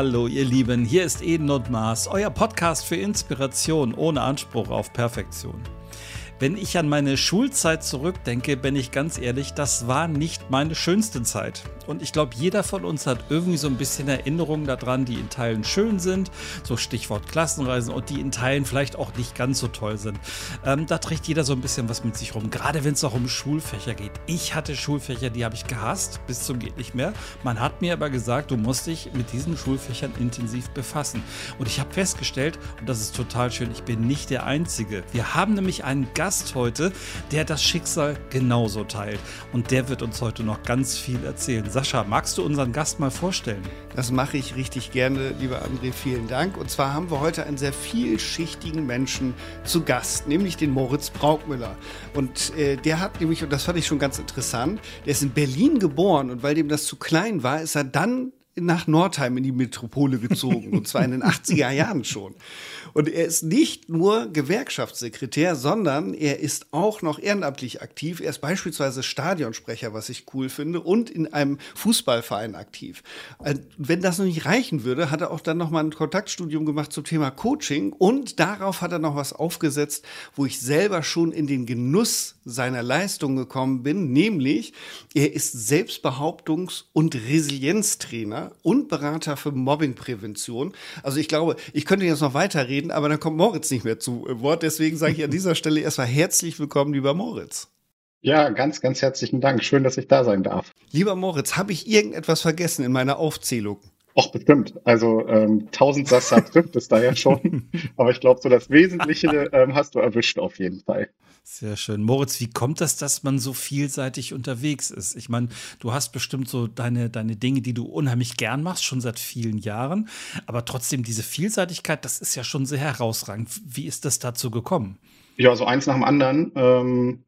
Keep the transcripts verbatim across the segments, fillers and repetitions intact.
Hallo ihr Lieben, hier ist Eden und Mars, euer Podcast für Inspiration ohne Anspruch auf Perfektion. Wenn ich an meine Schulzeit zurückdenke, bin ich ganz ehrlich, das war nicht meine schönste Zeit. Und ich glaube, jeder von uns hat irgendwie so ein bisschen Erinnerungen daran, die in Teilen schön sind, so Stichwort Klassenreisen, und die in Teilen vielleicht auch nicht ganz so toll sind. Ähm, da trägt jeder so ein bisschen was mit sich rum, gerade wenn es auch um Schulfächer geht. Ich hatte Schulfächer, die habe ich gehasst, bis zum geht nicht mehr. Man hat mir aber gesagt, du musst dich mit diesen Schulfächern intensiv befassen. Und ich habe festgestellt, und das ist total schön, ich bin nicht der Einzige. Wir haben nämlich einen Gast heute, der das Schicksal genauso teilt. Und der wird uns heute noch ganz viel erzählen. Sascha, magst du unseren Gast mal vorstellen? Das mache ich richtig gerne, lieber André, vielen Dank. Und zwar haben wir heute einen sehr vielschichtigen Menschen zu Gast, nämlich den Moritz Braukmüller. Und äh, der hat nämlich, und das fand ich schon ganz interessant, der ist in Berlin geboren, und weil dem das zu klein war, ist er dann nach Nordheim in die Metropole gezogen, und zwar in den achtziger Jahren schon. Und er ist nicht nur Gewerkschaftssekretär, sondern er ist auch noch ehrenamtlich aktiv. Er ist beispielsweise Stadionsprecher, was ich cool finde, und in einem Fußballverein aktiv. Wenn das noch nicht reichen würde, hat er auch dann noch mal ein Kontaktstudium gemacht zum Thema Coaching, und darauf hat er noch was aufgesetzt, wo ich selber schon in den Genuss seiner Leistung gekommen bin, nämlich er ist Selbstbehauptungs- und Resilienztrainer und Berater für Mobbingprävention. Also ich glaube, ich könnte jetzt noch weiterreden, aber dann kommt Moritz nicht mehr zu Wort. Deswegen sage ich an dieser Stelle erstmal herzlich willkommen, lieber Moritz. Ja, ganz, ganz herzlichen Dank. Schön, dass ich da sein darf. Lieber Moritz, habe ich irgendetwas vergessen in meiner Aufzählung? Och, bestimmt. Also ähm, tausend Sasser trifft es da ja schon. Aber ich glaube, so das Wesentliche ähm, hast du erwischt auf jeden Fall. Sehr schön. Moritz, wie kommt das, dass man so vielseitig unterwegs ist? Ich meine, du hast bestimmt so deine, deine Dinge, die du unheimlich gern machst, schon seit vielen Jahren. Aber trotzdem, diese Vielseitigkeit, das ist ja schon sehr herausragend. Wie ist das dazu gekommen? Ja, so eins nach dem anderen. Ähm,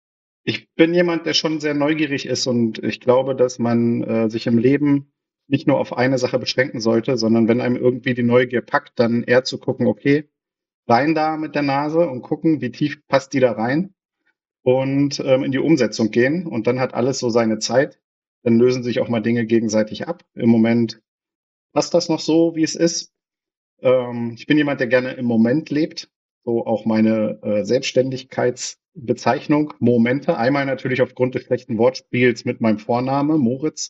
ich bin jemand, der schon sehr neugierig ist, und ich glaube, dass man äh, sich im Leben nicht nur auf eine Sache beschränken sollte, sondern wenn einem irgendwie die Neugier packt, dann eher zu gucken, okay, rein da mit der Nase und gucken, wie tief passt die da rein, und ähm, in die Umsetzung gehen. Und dann hat alles so seine Zeit. Dann lösen sich auch mal Dinge gegenseitig ab. Im Moment passt das noch so, wie es ist. Ähm, ich bin jemand, der gerne im Moment lebt. So auch meine äh, Selbstständigkeitsbezeichnung, Momente. Einmal natürlich aufgrund des schlechten Wortspiels mit meinem Vorname, Moritz.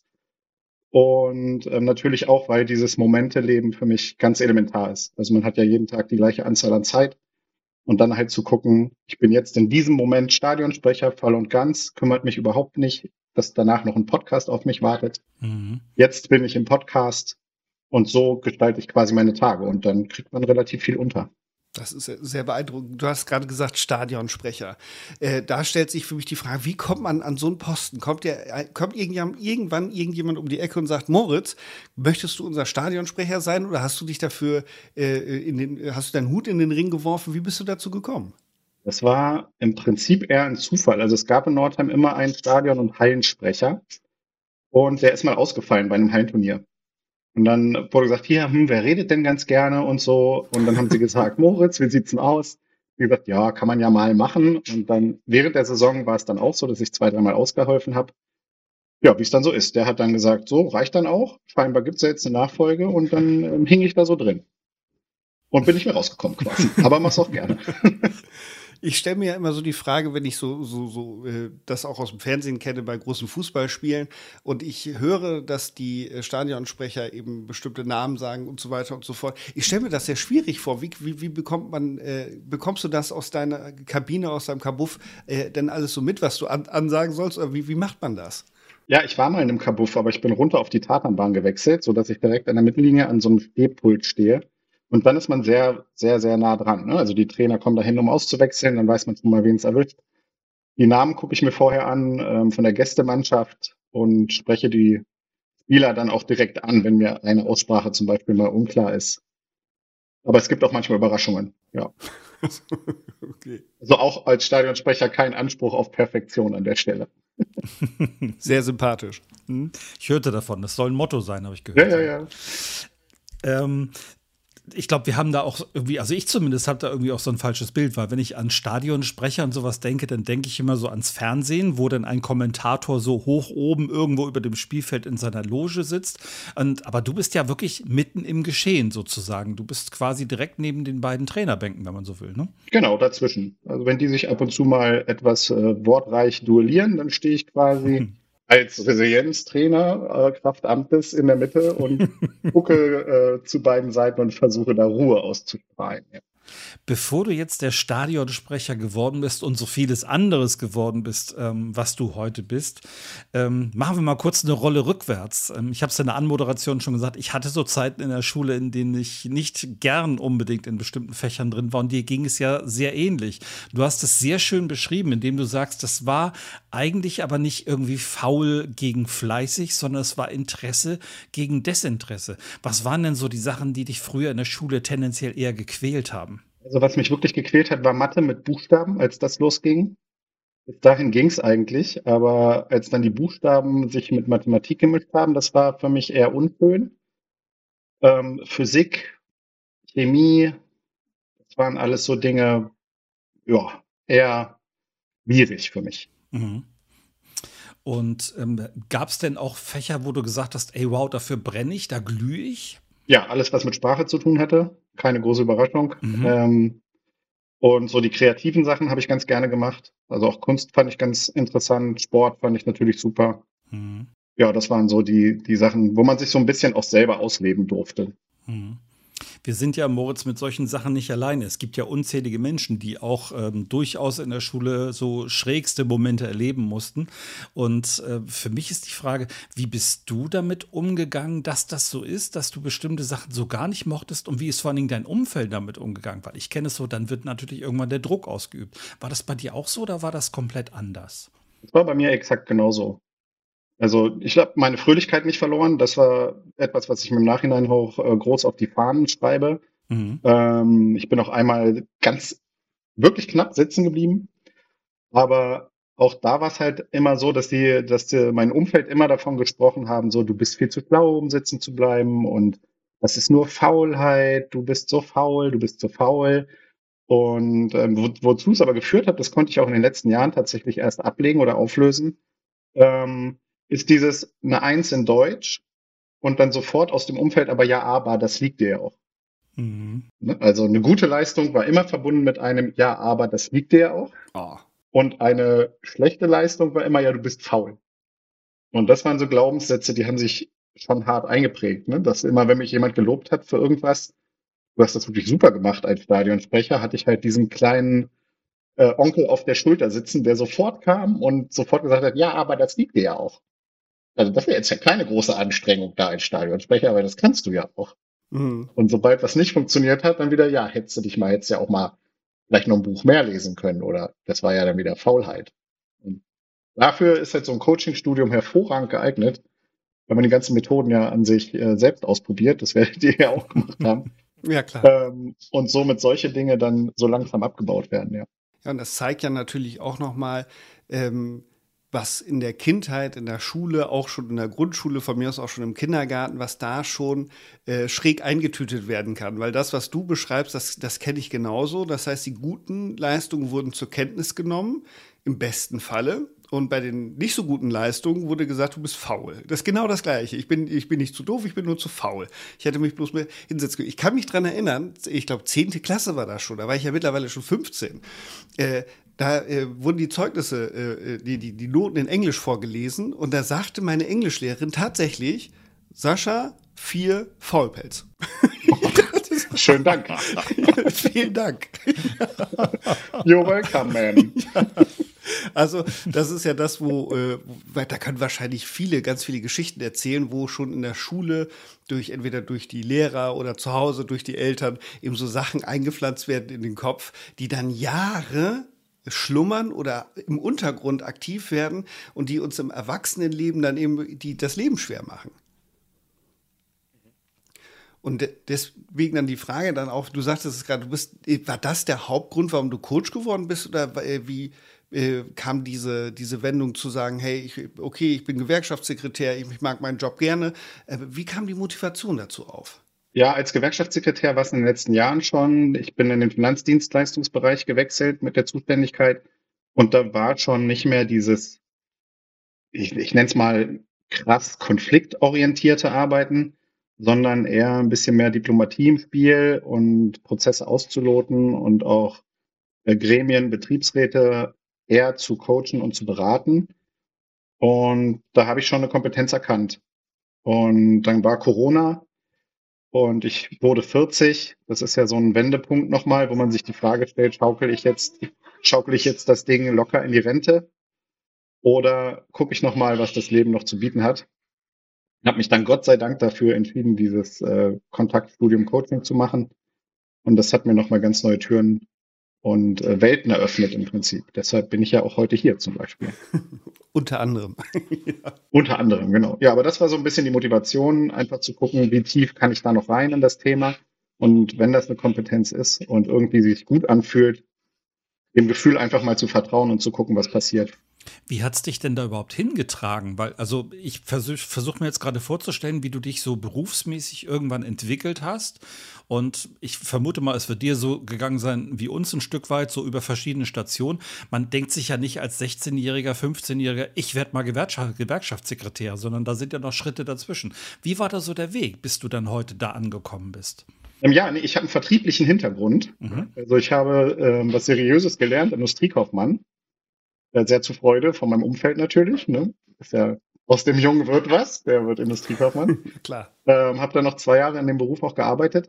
Und ähm, natürlich auch, weil dieses Momente-Leben für mich ganz elementar ist. Also man hat ja jeden Tag die gleiche Anzahl an Zeit. Und dann halt zu gucken, ich bin jetzt in diesem Moment Stadionsprecher, voll und ganz, kümmert mich überhaupt nicht, dass danach noch ein Podcast auf mich wartet. Mhm. Jetzt bin ich im Podcast, und so gestalte ich quasi meine Tage, und dann kriegt man relativ viel unter. Das ist sehr beeindruckend. Du hast gerade gesagt, Stadionsprecher. Äh, da stellt sich für mich die Frage, wie kommt man an so einen Posten? Kommt, der, kommt irgendjemand, irgendwann irgendjemand um die Ecke und sagt, Moritz, möchtest du unser Stadionsprecher sein, oder hast du dich dafür, äh, in den, hast du deinen Hut in den Ring geworfen? Wie bist du dazu gekommen? Das war im Prinzip eher ein Zufall. Also es gab in Nordheim immer einen Stadion- und Hallensprecher, und der ist mal ausgefallen bei einem Hallenturnier. Und dann wurde gesagt, hier, hm, wer redet denn ganz gerne und so. Und dann haben sie gesagt, Moritz, wie sieht's denn aus? Wie gesagt, ja, kann man ja mal machen. Und dann während der Saison war es dann auch so, dass ich zwei, dreimal ausgeholfen habe. Ja, wie es dann so ist. Der hat dann gesagt, so, reicht dann auch. Scheinbar gibt's ja jetzt eine Nachfolge, und dann ähm, hing ich da so drin. Und bin nicht mehr rausgekommen quasi. Aber mach's auch gerne. Ich stelle mir ja immer so die Frage, wenn ich so, so, so äh, das auch aus dem Fernsehen kenne bei großen Fußballspielen, und ich höre, dass die äh, Stadionsprecher eben bestimmte Namen sagen und so weiter und so fort. Ich stelle mir das sehr schwierig vor. Wie, wie, wie bekommt man, äh, bekommst du das aus deiner Kabine, aus deinem Kabuff äh, denn alles so mit, was du an, ansagen sollst? Oder wie, wie macht man das? Ja, ich war mal in einem Kabuff, aber ich bin runter auf die Tatanbahn gewechselt, sodass ich direkt an der Mittellinie an so einem Stehpult stehe. Und dann ist man sehr, sehr, sehr nah dran. Ne? Also die Trainer kommen dahin, um auszuwechseln, dann weiß man schon mal, wen es erwischt. Die Namen gucke ich mir vorher an ähm, von der Gästemannschaft und spreche die Spieler dann auch direkt an, wenn mir eine Aussprache zum Beispiel mal unklar ist. Aber es gibt auch manchmal Überraschungen, ja. Okay. Also auch als Stadionsprecher kein Anspruch auf Perfektion an der Stelle. Sehr sympathisch. Ich hörte davon, das soll ein Motto sein, habe ich gehört. Ja, ja, ja. Ähm, ich glaube, wir haben da auch irgendwie, also ich zumindest habe da irgendwie auch so ein falsches Bild, weil wenn ich an Stadionsprecher und sowas denke, dann denke ich immer so ans Fernsehen, wo dann ein Kommentator so hoch oben irgendwo über dem Spielfeld in seiner Loge sitzt. Und, aber du bist ja wirklich mitten im Geschehen sozusagen. Du bist quasi direkt neben den beiden Trainerbänken, wenn man so will, ne? Genau, dazwischen. Also wenn die sich ab und zu mal etwas äh, wortreich duellieren, dann stehe ich quasi als Resilienztrainer äh, Kraft Amtes in der Mitte und gucke äh, zu beiden Seiten und versuche da Ruhe auszustrahlen. Ja. Bevor du jetzt der Stadionsprecher geworden bist und so vieles anderes geworden bist, ähm, was du heute bist, ähm, machen wir mal kurz eine Rolle rückwärts. Ähm, ich habe es in der Anmoderation schon gesagt, ich hatte so Zeiten in der Schule, in denen ich nicht gern unbedingt in bestimmten Fächern drin war und dir ging es ja sehr ähnlich. Du hast es sehr schön beschrieben, indem du sagst, das war eigentlich aber nicht irgendwie faul gegen fleißig, sondern es war Interesse gegen Desinteresse. Was waren denn so die Sachen, die dich früher in der Schule tendenziell eher gequält haben? Also was mich wirklich gequält hat, war Mathe mit Buchstaben, als das losging. Bis dahin ging es eigentlich, aber als dann die Buchstaben sich mit Mathematik gemischt haben, das war für mich eher unschön. Ähm, Physik, Chemie, das waren alles so Dinge, ja, eher schwierig für mich. Mhm. Und ähm, gab es denn auch Fächer, wo du gesagt hast, ey, wow, dafür brenne ich, da glühe ich? Ja, alles, was mit Sprache zu tun hatte, keine große Überraschung. Mhm. Ähm, und so die kreativen Sachen habe ich ganz gerne gemacht. Also auch Kunst fand ich ganz interessant, Sport fand ich natürlich super. Mhm. Ja, das waren so die, die Sachen, wo man sich so ein bisschen auch selber ausleben durfte. Mhm. Wir sind ja, Moritz, mit solchen Sachen nicht alleine. Es gibt ja unzählige Menschen, die auch ähm, durchaus in der Schule so schrägste Momente erleben mussten. Und äh, für mich ist die Frage, wie bist du damit umgegangen, dass das so ist, dass du bestimmte Sachen so gar nicht mochtest und wie ist vor allen Dingen dein Umfeld damit umgegangen? Weil ich kenne es so, dann wird natürlich irgendwann der Druck ausgeübt. War das bei dir auch so oder war das komplett anders? Das war bei mir exakt genauso. Also ich habe meine Fröhlichkeit nicht verloren. Das war etwas, was ich mir im Nachhinein auch äh, groß auf die Fahnen schreibe. Mhm. Ähm, ich bin auch einmal ganz wirklich knapp sitzen geblieben. Aber auch da war es halt immer so, dass die, dass die, mein Umfeld immer davon gesprochen haben, so du bist viel zu schlau, um sitzen zu bleiben und das ist nur Faulheit, du bist so faul, du bist so faul. Und ähm, wo, wozu es aber geführt hat, das konnte ich auch in den letzten Jahren tatsächlich erst ablegen oder auflösen, ähm, ist dieses eine Eins in Deutsch und dann sofort aus dem Umfeld, aber ja, aber das liegt dir ja auch. Mhm. Ne? Also eine gute Leistung war immer verbunden mit einem ja, aber das liegt dir ja auch. Oh. Und eine schlechte Leistung war immer ja, du bist faul. Und das waren so Glaubenssätze, die haben sich schon hart eingeprägt. Ne? Dass immer, wenn mich jemand gelobt hat für irgendwas, du hast das wirklich super gemacht als Stadionsprecher, hatte ich halt diesen kleinen äh, Onkel auf der Schulter sitzen, der sofort kam und sofort gesagt hat, ja, aber das liegt dir ja auch. Also das wäre jetzt ja keine große Anstrengung da als Stadionsprecher, aber das kannst du ja auch. Mhm. Und sobald was nicht funktioniert hat, dann wieder, ja, hättest du dich mal, hättest ja auch mal vielleicht noch ein Buch mehr lesen können oder das war ja dann wieder Faulheit. Und dafür ist halt so ein Coachingstudium hervorragend geeignet, weil man die ganzen Methoden ja an sich äh, selbst ausprobiert, das werdet ihr ja auch gemacht haben. Ja, klar. Ähm, und somit solche Dinge dann so langsam abgebaut werden, ja. Ja, und das zeigt ja natürlich auch nochmal, ähm, was in der Kindheit, in der Schule, auch schon in der Grundschule, von mir aus auch schon im Kindergarten, was da schon äh, schräg eingetütet werden kann. Weil das, was du beschreibst, das, das kenne ich genauso. Das heißt, die guten Leistungen wurden zur Kenntnis genommen, im besten Falle. Und bei den nicht so guten Leistungen wurde gesagt, du bist faul. Das ist genau das Gleiche. Ich bin, ich bin nicht zu doof, ich bin nur zu faul. Ich hätte mich bloß mehr hinsetzen können. Ich kann mich dran erinnern, ich glaube, zehnte Klasse war das schon, da war ich ja mittlerweile schon fünfzehn. Äh, da äh, wurden die Zeugnisse, äh, die, die, die Noten in Englisch vorgelesen und da sagte meine Englischlehrerin tatsächlich, Sascha, vier Faulpelz. Schönen Dank. Vielen Dank. You're welcome, man. Ja. Also das ist ja das, wo, äh, da können wahrscheinlich viele, ganz viele Geschichten erzählen, wo schon in der Schule durch entweder durch die Lehrer oder zu Hause durch die Eltern eben so Sachen eingepflanzt werden in den Kopf, die dann Jahre schlummern oder im Untergrund aktiv werden und die uns im Erwachsenenleben dann eben die, das Leben schwer machen. Und deswegen dann die Frage dann auch, du sagtest es gerade, du bist, war das der Hauptgrund, warum du Coach geworden bist oder wie äh, kam diese, diese Wendung zu sagen, hey, ich, okay, ich bin Gewerkschaftssekretär, ich, ich mag meinen Job gerne. Äh, wie kam die Motivation dazu auf? Ja, als Gewerkschaftssekretär war es in den letzten Jahren schon. Ich bin in den Finanzdienstleistungsbereich gewechselt mit der Zuständigkeit. Und da war schon nicht mehr dieses, ich, ich nenne es mal krass konfliktorientierte Arbeiten, sondern eher ein bisschen mehr Diplomatie im Spiel und Prozesse auszuloten und auch äh, Gremien, Betriebsräte eher zu coachen und zu beraten. Und da habe ich schon eine Kompetenz erkannt. Und dann war Corona und ich wurde vierzig. Das ist ja so ein Wendepunkt nochmal, wo man sich die Frage stellt, schaukel ich jetzt, schaukel ich jetzt das Ding locker in die Rente oder gucke ich nochmal, was das Leben noch zu bieten hat? Ich habe mich dann Gott sei Dank dafür entschieden, dieses äh, Kontaktstudium Coaching zu machen. Und das hat mir nochmal ganz neue Türen und äh, Welten eröffnet im Prinzip. Deshalb bin ich ja auch heute hier zum Beispiel. Unter anderem. Ja. Unter anderem, genau. Ja, aber das war so ein bisschen die Motivation, einfach zu gucken, wie tief kann ich da noch rein in das Thema. Und wenn das eine Kompetenz ist und irgendwie sich gut anfühlt, dem Gefühl einfach mal zu vertrauen und zu gucken, was passiert. Wie hat's dich denn da überhaupt hingetragen? Weil, also ich versuche versuch mir jetzt gerade vorzustellen, wie du dich so berufsmäßig irgendwann entwickelt hast. Und ich vermute mal, es wird dir so gegangen sein wie uns ein Stück weit, so über verschiedene Stationen. Man denkt sich ja nicht als sechzehnjähriger, fünfzehnjähriger, ich werde mal Gewerkschaft, Gewerkschaftssekretär, sondern da sind ja noch Schritte dazwischen. Wie war da so der Weg, bis du dann heute da angekommen bist? Ja, nee, ich habe einen vertrieblichen Hintergrund. Mhm. Also ich habe äh, was Seriöses gelernt, Industriekaufmann. Äh, sehr zur Freude von meinem Umfeld natürlich. Ne? Ist ja, aus dem Jungen wird was, der wird Industriekaufmann. Klar. Ähm, habe dann noch zwei Jahre in dem Beruf auch gearbeitet.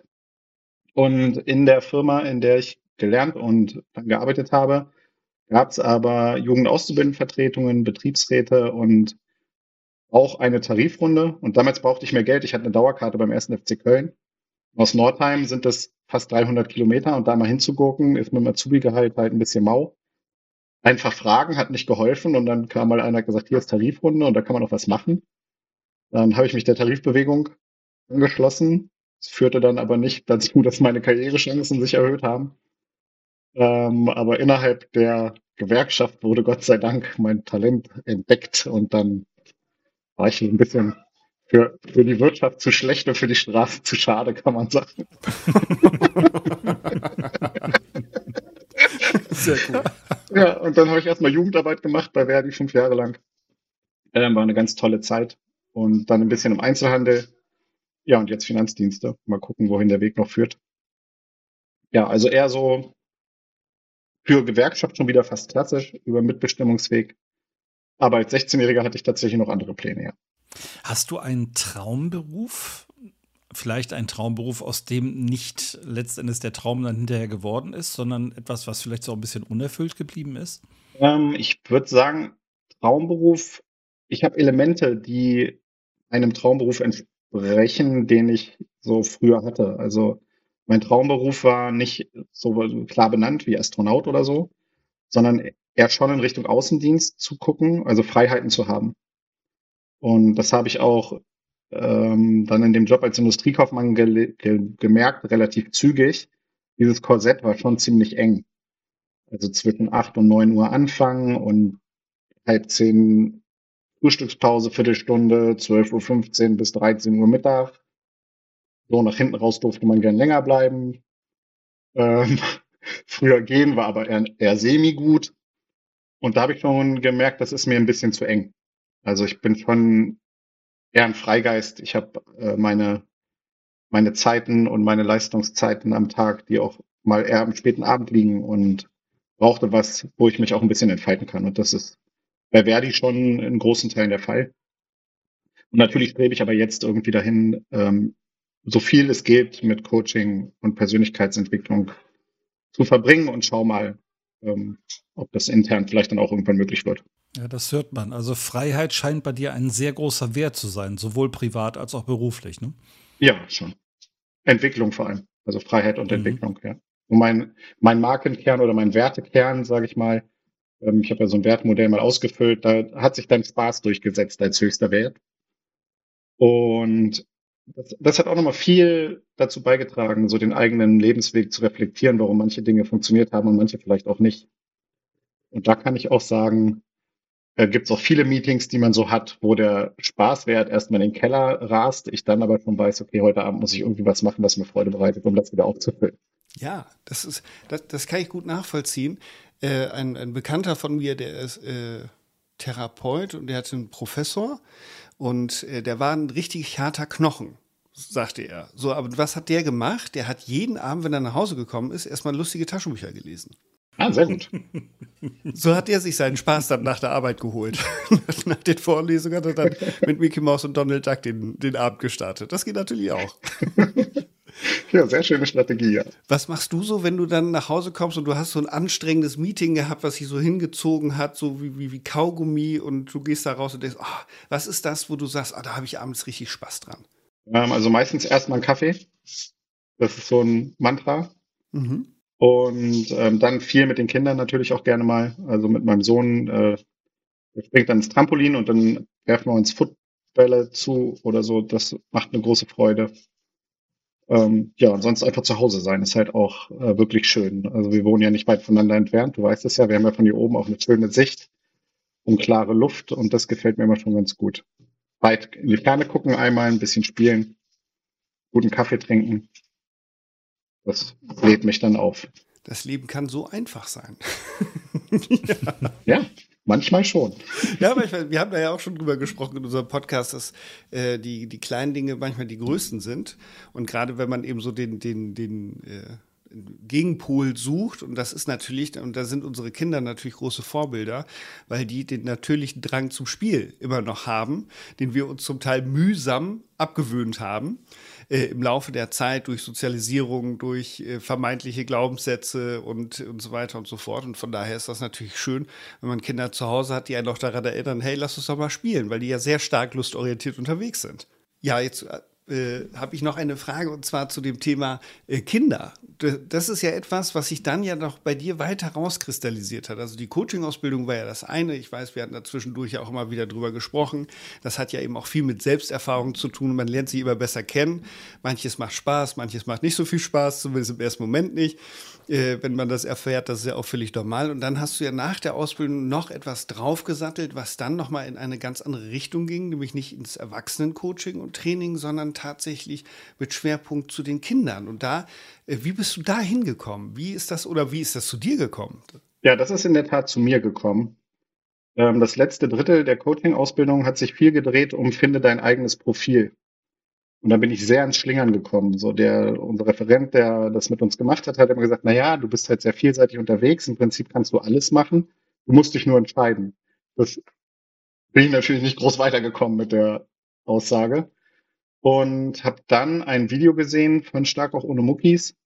Und in der Firma, in der ich gelernt und dann gearbeitet habe, gab es aber Jugendauszubildendenvertretungen, Betriebsräte und auch eine Tarifrunde. Und damals brauchte ich mehr Geld. Ich hatte eine Dauerkarte beim ersten F C Köln. Aus Nordheim sind das fast dreihundert Kilometer und da mal hinzugucken, ist mit dem Azubi-Gehalt halt ein bisschen mau. Einfach fragen hat nicht geholfen und dann kam mal einer und gesagt, hier ist Tarifrunde und da kann man auch was machen. Dann habe ich mich der Tarifbewegung angeschlossen. Das führte dann aber nicht dazu, dass meine Karrierechancen sich erhöht haben. Ähm, aber innerhalb der Gewerkschaft wurde Gott sei Dank mein Talent entdeckt und dann war ich ein bisschen für, für die Wirtschaft zu schlecht und für die Straße zu schade, kann man sagen. Sehr cool. Ja, und dann habe ich erstmal Jugendarbeit gemacht bei Verdi fünf Jahre lang. Ähm, war eine ganz tolle Zeit. Und dann ein bisschen im Einzelhandel. Ja, und jetzt Finanzdienste. Mal gucken, wohin der Weg noch führt. Ja, also eher so für Gewerkschaft schon wieder fast klassisch, über Mitbestimmungsweg. Aber als sechzehnjähriger hatte ich tatsächlich noch andere Pläne, ja. Hast du einen Traumberuf? Vielleicht ein Traumberuf, aus dem nicht letztendlich der Traum dann hinterher geworden ist, sondern etwas, was vielleicht so ein bisschen unerfüllt geblieben ist? Ähm, ich würde sagen, Traumberuf, ich habe Elemente, die einem Traumberuf entsprechen, den ich so früher hatte. Also mein Traumberuf war nicht so klar benannt wie Astronaut oder so, sondern eher schon in Richtung Außendienst zu gucken, also Freiheiten zu haben. Und das habe ich auch ähm, dann in dem Job als Industriekaufmann ge ge gemerkt, relativ zügig. Dieses Korsett war schon ziemlich eng. Also zwischen acht und neun Uhr anfangen und halb zehn Frühstückspause, Viertelstunde, zwölf Uhr fünfzehn bis dreizehn Uhr Mittag. So, nach hinten raus durfte man gern länger bleiben. Ähm, früher gehen war aber eher, eher semi-gut. Und da habe ich schon gemerkt, das ist mir ein bisschen zu eng. Also ich bin schon eher ein Freigeist. Ich habe äh, meine, meine Zeiten und meine Leistungszeiten am Tag, die auch mal eher am späten Abend liegen und brauchte was, wo ich mich auch ein bisschen entfalten kann. Und das ist bei Verdi schon in großen Teilen der Fall. Und natürlich strebe ich aber jetzt irgendwie dahin, ähm, so viel es geht mit Coaching und Persönlichkeitsentwicklung zu verbringen und schau mal, ähm, ob das intern vielleicht dann auch irgendwann möglich wird. Ja, das hört man. Also Freiheit scheint bei dir ein sehr großer Wert zu sein, sowohl privat als auch beruflich, ne? Ja, schon. Entwicklung vor allem. Also Freiheit und mhm. Entwicklung, ja. Und mein, mein Markenkern oder mein Wertekern, sage ich mal, ähm, ich habe ja so ein Wertmodell mal ausgefüllt, da hat sich dann Spaß durchgesetzt als höchster Wert. Und das, das hat auch nochmal viel dazu beigetragen, so den eigenen Lebensweg zu reflektieren, warum manche Dinge funktioniert haben und manche vielleicht auch nicht. Und da kann ich auch sagen, äh, gibt es auch viele Meetings, die man so hat, wo der Spaßwert erstmal in den Keller rast, ich dann aber schon weiß, okay, heute Abend muss ich irgendwie was machen, was mir Freude bereitet, um das wieder aufzufüllen. Ja, das ist, das, das kann ich gut nachvollziehen. Äh, ein, ein Bekannter von mir, der ist äh, Therapeut und der hat einen Professor und äh, der war ein richtig harter Knochen, sagte er. So, aber was hat der gemacht? Der hat jeden Abend, wenn er nach Hause gekommen ist, erstmal lustige Taschenbücher gelesen. Ah, sehr gut. So hat er sich seinen Spaß dann nach der Arbeit geholt. Nach den Vorlesungen hat er dann mit Mickey Mouse und Donald Duck den, den Abend gestartet. Das geht natürlich auch. Ja, sehr schöne Strategie, ja. Was machst du so, wenn du dann nach Hause kommst und du hast so ein anstrengendes Meeting gehabt, was sich so hingezogen hat, so wie, wie, wie Kaugummi und du gehst da raus und denkst, oh, was ist das, wo du sagst, ah, da habe ich abends richtig Spaß dran? Ähm, also meistens erstmal einen Kaffee. Das ist so ein Mantra. Mhm. Und ähm, dann viel mit den Kindern natürlich auch gerne mal. Also mit meinem Sohn, äh, der springt dann ins Trampolin und dann werfen wir uns Footbälle zu oder so. Das macht eine große Freude. Ähm, ja, und sonst einfach zu Hause sein ist halt auch äh, wirklich schön. Also wir wohnen ja nicht weit voneinander entfernt. Du weißt es ja, wir haben ja von hier oben auch eine schöne Sicht und klare Luft und das gefällt mir immer schon ganz gut. Weit in die Ferne gucken einmal, ein bisschen spielen, guten Kaffee trinken. Das lädt mich dann auf. Das Leben kann so einfach sein. Ja, manchmal schon. Ja, aber ich, wir haben da ja auch schon drüber gesprochen in unserem Podcast, dass äh, die, die kleinen Dinge manchmal die größten sind. Und gerade wenn man eben so den, den, den äh, Gegenpol sucht, und das ist natürlich, und da sind unsere Kinder natürlich große Vorbilder, weil die den natürlichen Drang zum Spiel immer noch haben, den wir uns zum Teil mühsam abgewöhnt haben. Äh, im Laufe der Zeit durch Sozialisierung, durch äh, vermeintliche Glaubenssätze und, und so weiter und so fort. Und von daher ist das natürlich schön, wenn man Kinder zu Hause hat, die einen noch daran erinnern, hey, lass uns doch mal spielen, weil die ja sehr stark lustorientiert unterwegs sind. Ja, jetzt äh, habe ich noch eine Frage und zwar zu dem Thema äh, Kinder. Das ist ja etwas, was sich dann ja noch bei dir weiter rauskristallisiert hat. Also die Coaching-Ausbildung war ja das eine. Ich weiß, wir hatten da zwischendurch ja auch immer wieder drüber gesprochen. Das hat ja eben auch viel mit Selbsterfahrung zu tun. Man lernt sich immer besser kennen. Manches macht Spaß, manches macht nicht so viel Spaß, zumindest im ersten Moment nicht. Äh, wenn man das erfährt, das ist ja auch völlig normal. Und dann hast du ja nach der Ausbildung noch etwas draufgesattelt, was dann nochmal in eine ganz andere Richtung ging, nämlich nicht ins Erwachsenen-Coaching und Training, sondern tatsächlich mit Schwerpunkt zu den Kindern. Und da, äh, wie bist du da hingekommen? Wie ist das oder wie ist das zu dir gekommen? Ja, das ist in der Tat zu mir gekommen. Ähm, das letzte Drittel der Coaching-Ausbildung hat sich viel gedreht um finde dein eigenes Profil. Und da bin ich sehr ins Schlingern gekommen. So der, unser Referent, der das mit uns gemacht hat, hat immer gesagt, na ja, du bist halt sehr vielseitig unterwegs. Im Prinzip kannst du alles machen. Du musst dich nur entscheiden. Das bin ich natürlich nicht groß weitergekommen mit der Aussage. Und habe dann ein Video gesehen von Stark auch ohne Muckis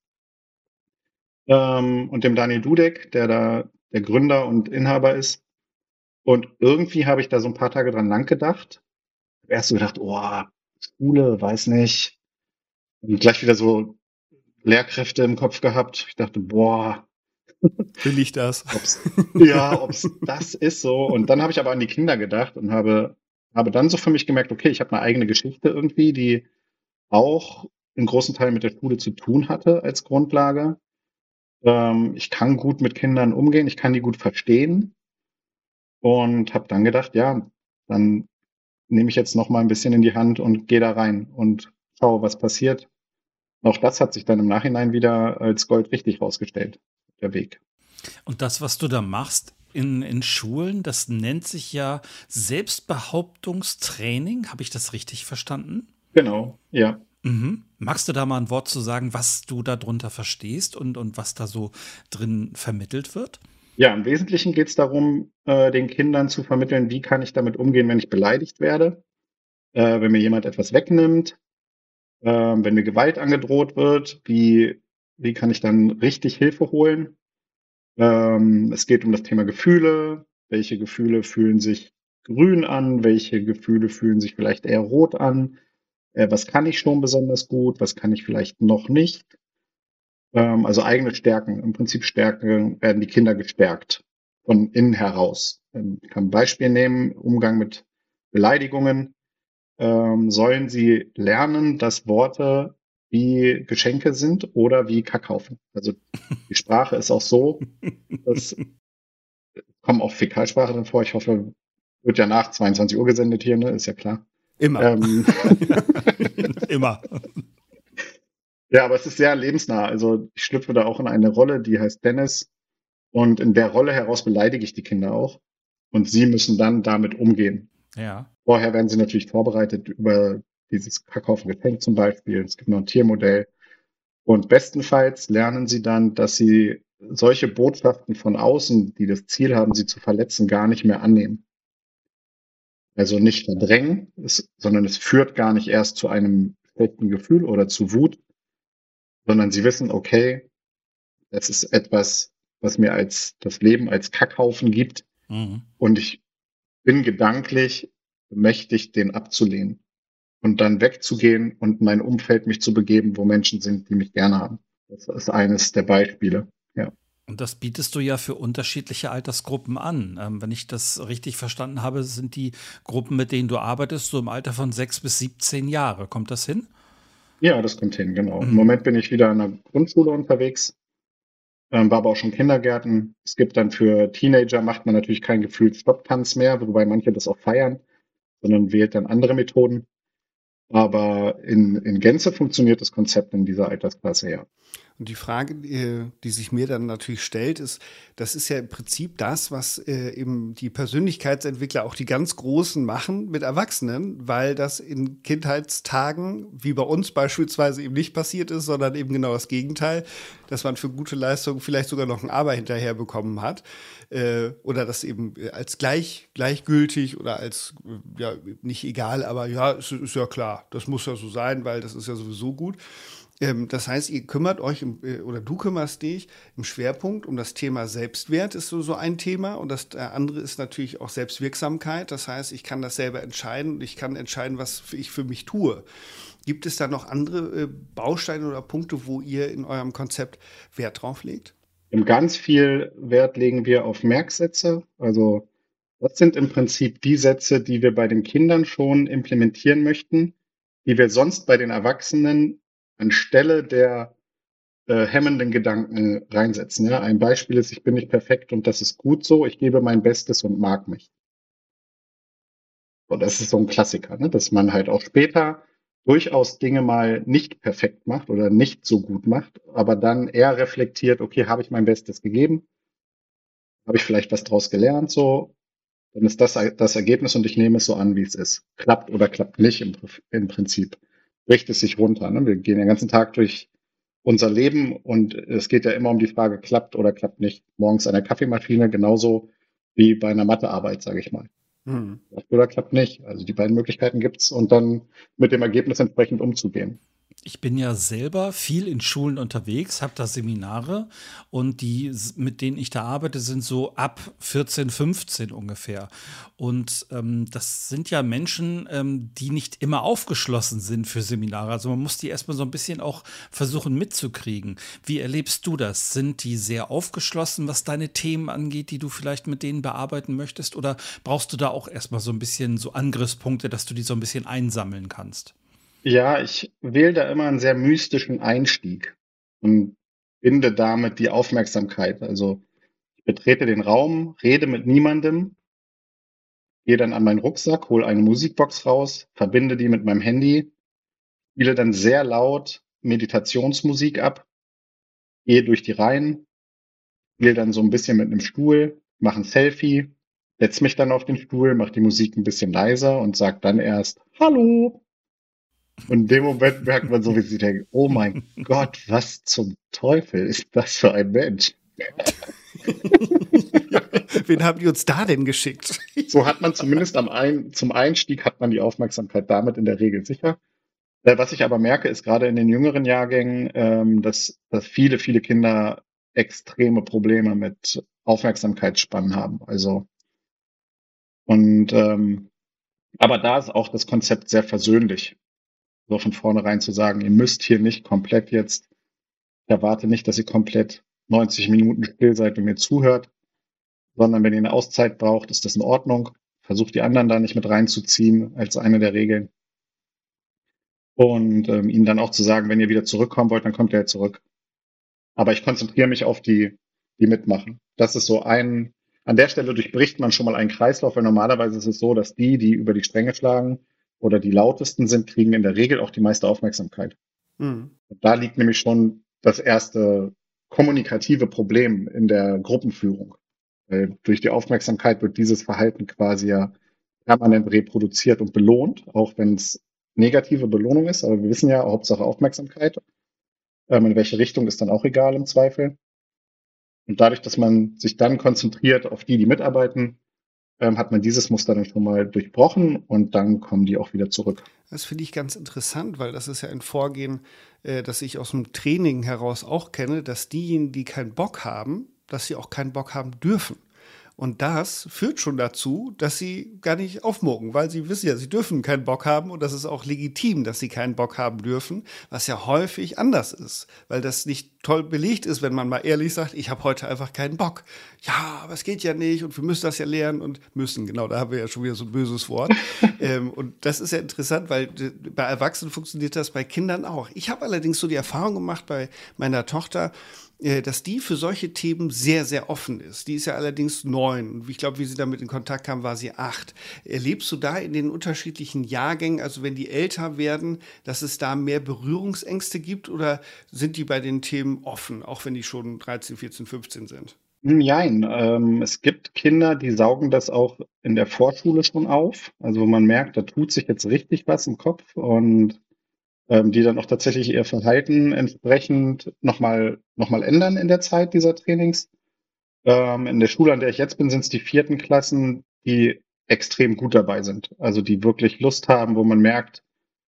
ähm, und dem Daniel Dudek, der da der Gründer und Inhaber ist. Und irgendwie habe ich da so ein paar Tage dran lang gedacht. Erst so gedacht, oh, Schule, weiß nicht. Und gleich wieder so Lehrkräfte im Kopf gehabt. Ich dachte, boah, Will ich das? ob's, ja, ob's das ist so. Und dann habe ich aber an die Kinder gedacht und habe, habe dann so für mich gemerkt, okay, ich habe eine eigene Geschichte irgendwie, die auch in großen Teilen mit der Schule zu tun hatte als Grundlage. Ähm, ich kann gut mit Kindern umgehen, ich kann die gut verstehen und habe dann gedacht, ja, dann nehme ich jetzt noch mal ein bisschen in die Hand und gehe da rein und schaue, was passiert. Auch das hat sich dann im Nachhinein wieder als Gold richtig rausgestellt, der Weg. Und das, was du da machst in, in Schulen, das nennt sich ja Selbstbehauptungstraining. Habe ich das richtig verstanden? Genau, ja. Mhm. Magst du da mal ein Wort zu sagen, was du darunter verstehst und, und was da so drin vermittelt wird? Ja, im Wesentlichen geht es darum, äh, den Kindern zu vermitteln, wie kann ich damit umgehen, wenn ich beleidigt werde, äh, wenn mir jemand etwas wegnimmt, äh, wenn mir Gewalt angedroht wird, wie, wie kann ich dann richtig Hilfe holen? Ähm, es geht um das Thema Gefühle. Welche Gefühle fühlen sich grün an? Welche Gefühle fühlen sich vielleicht eher rot an? Äh, was kann ich schon besonders gut? Was kann ich vielleicht noch nicht? Ähm, also eigene Stärken. Im Prinzip Stärken werden die Kinder gestärkt von innen heraus. Ähm, Ich kann ein Beispiel nehmen. Umgang mit Beleidigungen. Ähm, sollen sie lernen, dass Worte wie Geschenke sind oder wie Kackhaufen? Also die Sprache ist auch so, dass kommen auch Fäkalsprache drin vor. Ich hoffe, Wird ja nach zweiundzwanzig Uhr gesendet hier, ne? Ist ja klar. Immer. Ähm, Immer. ja, aber es ist sehr lebensnah. Also ich schlüpfe da auch in eine Rolle, die heißt Dennis. Und in der Rolle heraus beleidige ich die Kinder auch. Und sie müssen dann damit umgehen. Ja. Vorher werden sie natürlich vorbereitet über dieses Kackhaufen-Getränk zum Beispiel. Es gibt noch ein Tiermodell. Und bestenfalls lernen sie dann, dass sie solche Botschaften von außen, die das Ziel haben, sie zu verletzen, gar nicht mehr annehmen. Also nicht verdrängen, es, sondern es führt gar nicht erst zu einem schlechten Gefühl oder zu Wut, sondern sie wissen, okay, es ist etwas, was mir als das Leben als Kackhaufen gibt Mhm. und ich bin gedanklich mächtig, den abzulehnen und dann wegzugehen und in ein Umfeld mich zu begeben, wo Menschen sind, die mich gerne haben. Das ist eines der Beispiele. Ja. Und das bietest du ja für unterschiedliche Altersgruppen an. Ähm, wenn ich das richtig verstanden habe, sind die Gruppen, mit denen du arbeitest, so im Alter von sechs bis siebzehn Jahre. Kommt das hin? Ja, das kommt hin, genau. Im Mhm. Moment bin ich wieder in der Grundschule unterwegs, ähm, war aber auch schon Kindergärten. Es gibt dann für Teenager, macht man natürlich keinen gefühlt Stopptanz mehr, wobei manche das auch feiern, sondern wählt dann andere Methoden. Aber in, in Gänze funktioniert das Konzept in dieser Altersklasse, ja. Und die Frage, äh, die sich mir dann natürlich stellt, ist, das ist ja im Prinzip das, was äh, eben die Persönlichkeitsentwickler, auch die ganz Großen, machen mit Erwachsenen, weil das in Kindheitstagen, wie bei uns beispielsweise, eben nicht passiert ist, sondern eben genau das Gegenteil, dass man für gute Leistung vielleicht sogar noch ein Aber hinterher bekommen hat. Äh, oder das eben als gleich, gleichgültig oder als, äh, ja, nicht egal, aber ja, ist, ist ja klar, das muss ja so sein, weil das ist ja sowieso gut. Ähm, das heißt, ihr kümmert euch, im, äh, oder du kümmerst dich im Schwerpunkt um das Thema Selbstwert, ist so, so ein Thema. Und das äh, andere ist natürlich auch Selbstwirksamkeit. Das heißt, ich kann das selber entscheiden und ich kann entscheiden, was ich für mich tue. Gibt es da noch andere äh, Bausteine oder Punkte, wo ihr in eurem Konzept Wert drauf legt? Und ganz viel Wert legen wir auf Merksätze. Also das sind im Prinzip die Sätze, die wir bei den Kindern schon implementieren möchten, die wir sonst bei den Erwachsenen anstelle der äh, hemmenden Gedanken reinsetzen. Ja? Ein Beispiel ist, ich bin nicht perfekt und das ist gut so, ich gebe mein Bestes und mag mich. Und das ist so ein Klassiker, ne? Dass man halt auch später durchaus Dinge mal nicht perfekt macht oder nicht so gut macht, aber dann eher reflektiert, okay, habe ich mein Bestes gegeben? Habe ich vielleicht was draus gelernt? So, dann ist das das Ergebnis und ich nehme es so an, wie es ist. Klappt oder klappt nicht im, im Prinzip. Bricht es sich runter. Ne? Wir gehen den ganzen Tag durch unser Leben und es geht ja immer um die Frage, klappt oder klappt nicht. Morgens an der Kaffeemaschine genauso wie bei einer Mathearbeit, sage ich mal. Hm. Klappt oder klappt nicht. Also die beiden Möglichkeiten gibt's und dann mit dem Ergebnis entsprechend umzugehen. Ich bin ja selber viel in Schulen unterwegs, habe da Seminare und die, mit denen ich da arbeite, sind so ab vierzehn, fünfzehn ungefähr. Und ähm, das sind ja Menschen, ähm, die nicht immer aufgeschlossen sind für Seminare. Also man muss die erstmal so ein bisschen auch versuchen mitzukriegen. Wie erlebst du das? Sind die sehr aufgeschlossen, was deine Themen angeht, die du vielleicht mit denen bearbeiten möchtest? Oder brauchst du da auch erstmal so ein bisschen so Angriffspunkte, dass du die so ein bisschen einsammeln kannst? Ja, ich wähle da immer einen sehr mystischen Einstieg und binde damit die Aufmerksamkeit. Also ich betrete den Raum, rede mit niemandem, gehe dann an meinen Rucksack, hole eine Musikbox raus, verbinde die mit meinem Handy, spiele dann sehr laut Meditationsmusik ab, gehe durch die Reihen, spiele dann so ein bisschen mit einem Stuhl, mache ein Selfie, setze mich dann auf den Stuhl, mache die Musik ein bisschen leiser und sage dann erst Hallo. Und in dem Moment merkt man so, wie sie denken, oh mein Gott, was zum Teufel ist das für ein Mensch? Wen haben die uns da denn geschickt? So hat man zumindest am ein, zum Einstieg hat man die Aufmerksamkeit damit in der Regel sicher. Äh, Was ich aber merke, ist gerade in den jüngeren Jahrgängen, ähm, dass, dass viele, viele Kinder extreme Probleme mit Aufmerksamkeitsspannen haben. Also, und ähm, aber da ist auch das Konzept sehr versöhnlich. So von vornherein zu sagen, ihr müsst hier nicht komplett jetzt, ich erwarte nicht, dass ihr komplett neunzig Minuten still seid und mir zuhört, sondern wenn ihr eine Auszeit braucht, ist das in Ordnung. Versucht die anderen da nicht mit reinzuziehen als eine der Regeln. Und ähm, ihnen dann auch zu sagen, wenn ihr wieder zurückkommen wollt, dann kommt ihr zurück. Aber ich konzentriere mich auf die, die mitmachen. Das ist so ein, an der Stelle durchbricht man schon mal einen Kreislauf, weil normalerweise ist es so, dass die, die über die Stränge schlagen oder die lautesten sind, kriegen in der Regel auch die meiste Aufmerksamkeit. Mhm. Und da liegt nämlich schon das erste kommunikative Problem in der Gruppenführung. Weil durch die Aufmerksamkeit wird dieses Verhalten quasi ja permanent reproduziert und belohnt, auch wenn es negative Belohnung ist. Aber wir wissen ja, Hauptsache Aufmerksamkeit. Ähm, in welche Richtung ist dann auch egal im Zweifel. Und dadurch, dass man sich dann konzentriert auf die, die mitarbeiten, ähm, hat man dieses Muster dann schon mal durchbrochen und dann kommen die auch wieder zurück. Das finde ich ganz interessant, weil das ist ja ein Vorgehen, äh, das ich aus dem Training heraus auch kenne, dass diejenigen, die keinen Bock haben, dass sie auch keinen Bock haben dürfen. Und das führt schon dazu, dass sie gar nicht aufmucken, weil sie wissen ja, sie dürfen keinen Bock haben und das ist auch legitim, dass sie keinen Bock haben dürfen, was ja häufig anders ist, weil das nicht toll belegt ist, wenn man mal ehrlich sagt, ich habe heute einfach keinen Bock. Ja, aber es geht ja nicht und wir müssen das ja lernen und müssen, genau, da haben wir ja schon wieder so ein böses Wort. ähm, und das ist ja interessant, weil äh, bei Erwachsenen funktioniert das, bei Kindern auch. Ich habe allerdings so die Erfahrung gemacht bei meiner Tochter, dass die für solche Themen sehr, sehr offen ist. Die ist ja allerdings neun. Und ich glaube, wie sie damit in Kontakt kam, war sie acht. Erlebst du da in den unterschiedlichen Jahrgängen, also wenn die älter werden, dass es da mehr Berührungsängste gibt oder sind die bei den Themen offen, auch wenn die schon dreizehn, vierzehn, fünfzehn sind? Nein, ähm, es gibt Kinder, die saugen das auch in der Vorschule schon auf. Also man merkt, da tut sich jetzt richtig was im Kopf und ähm, die dann auch tatsächlich ihr Verhalten entsprechend nochmal noch mal ändern in der Zeit dieser Trainings. Ähm, in der Schule, an der ich jetzt bin, sind es die vierten Klassen, die extrem gut dabei sind. Also die wirklich Lust haben, wo man merkt,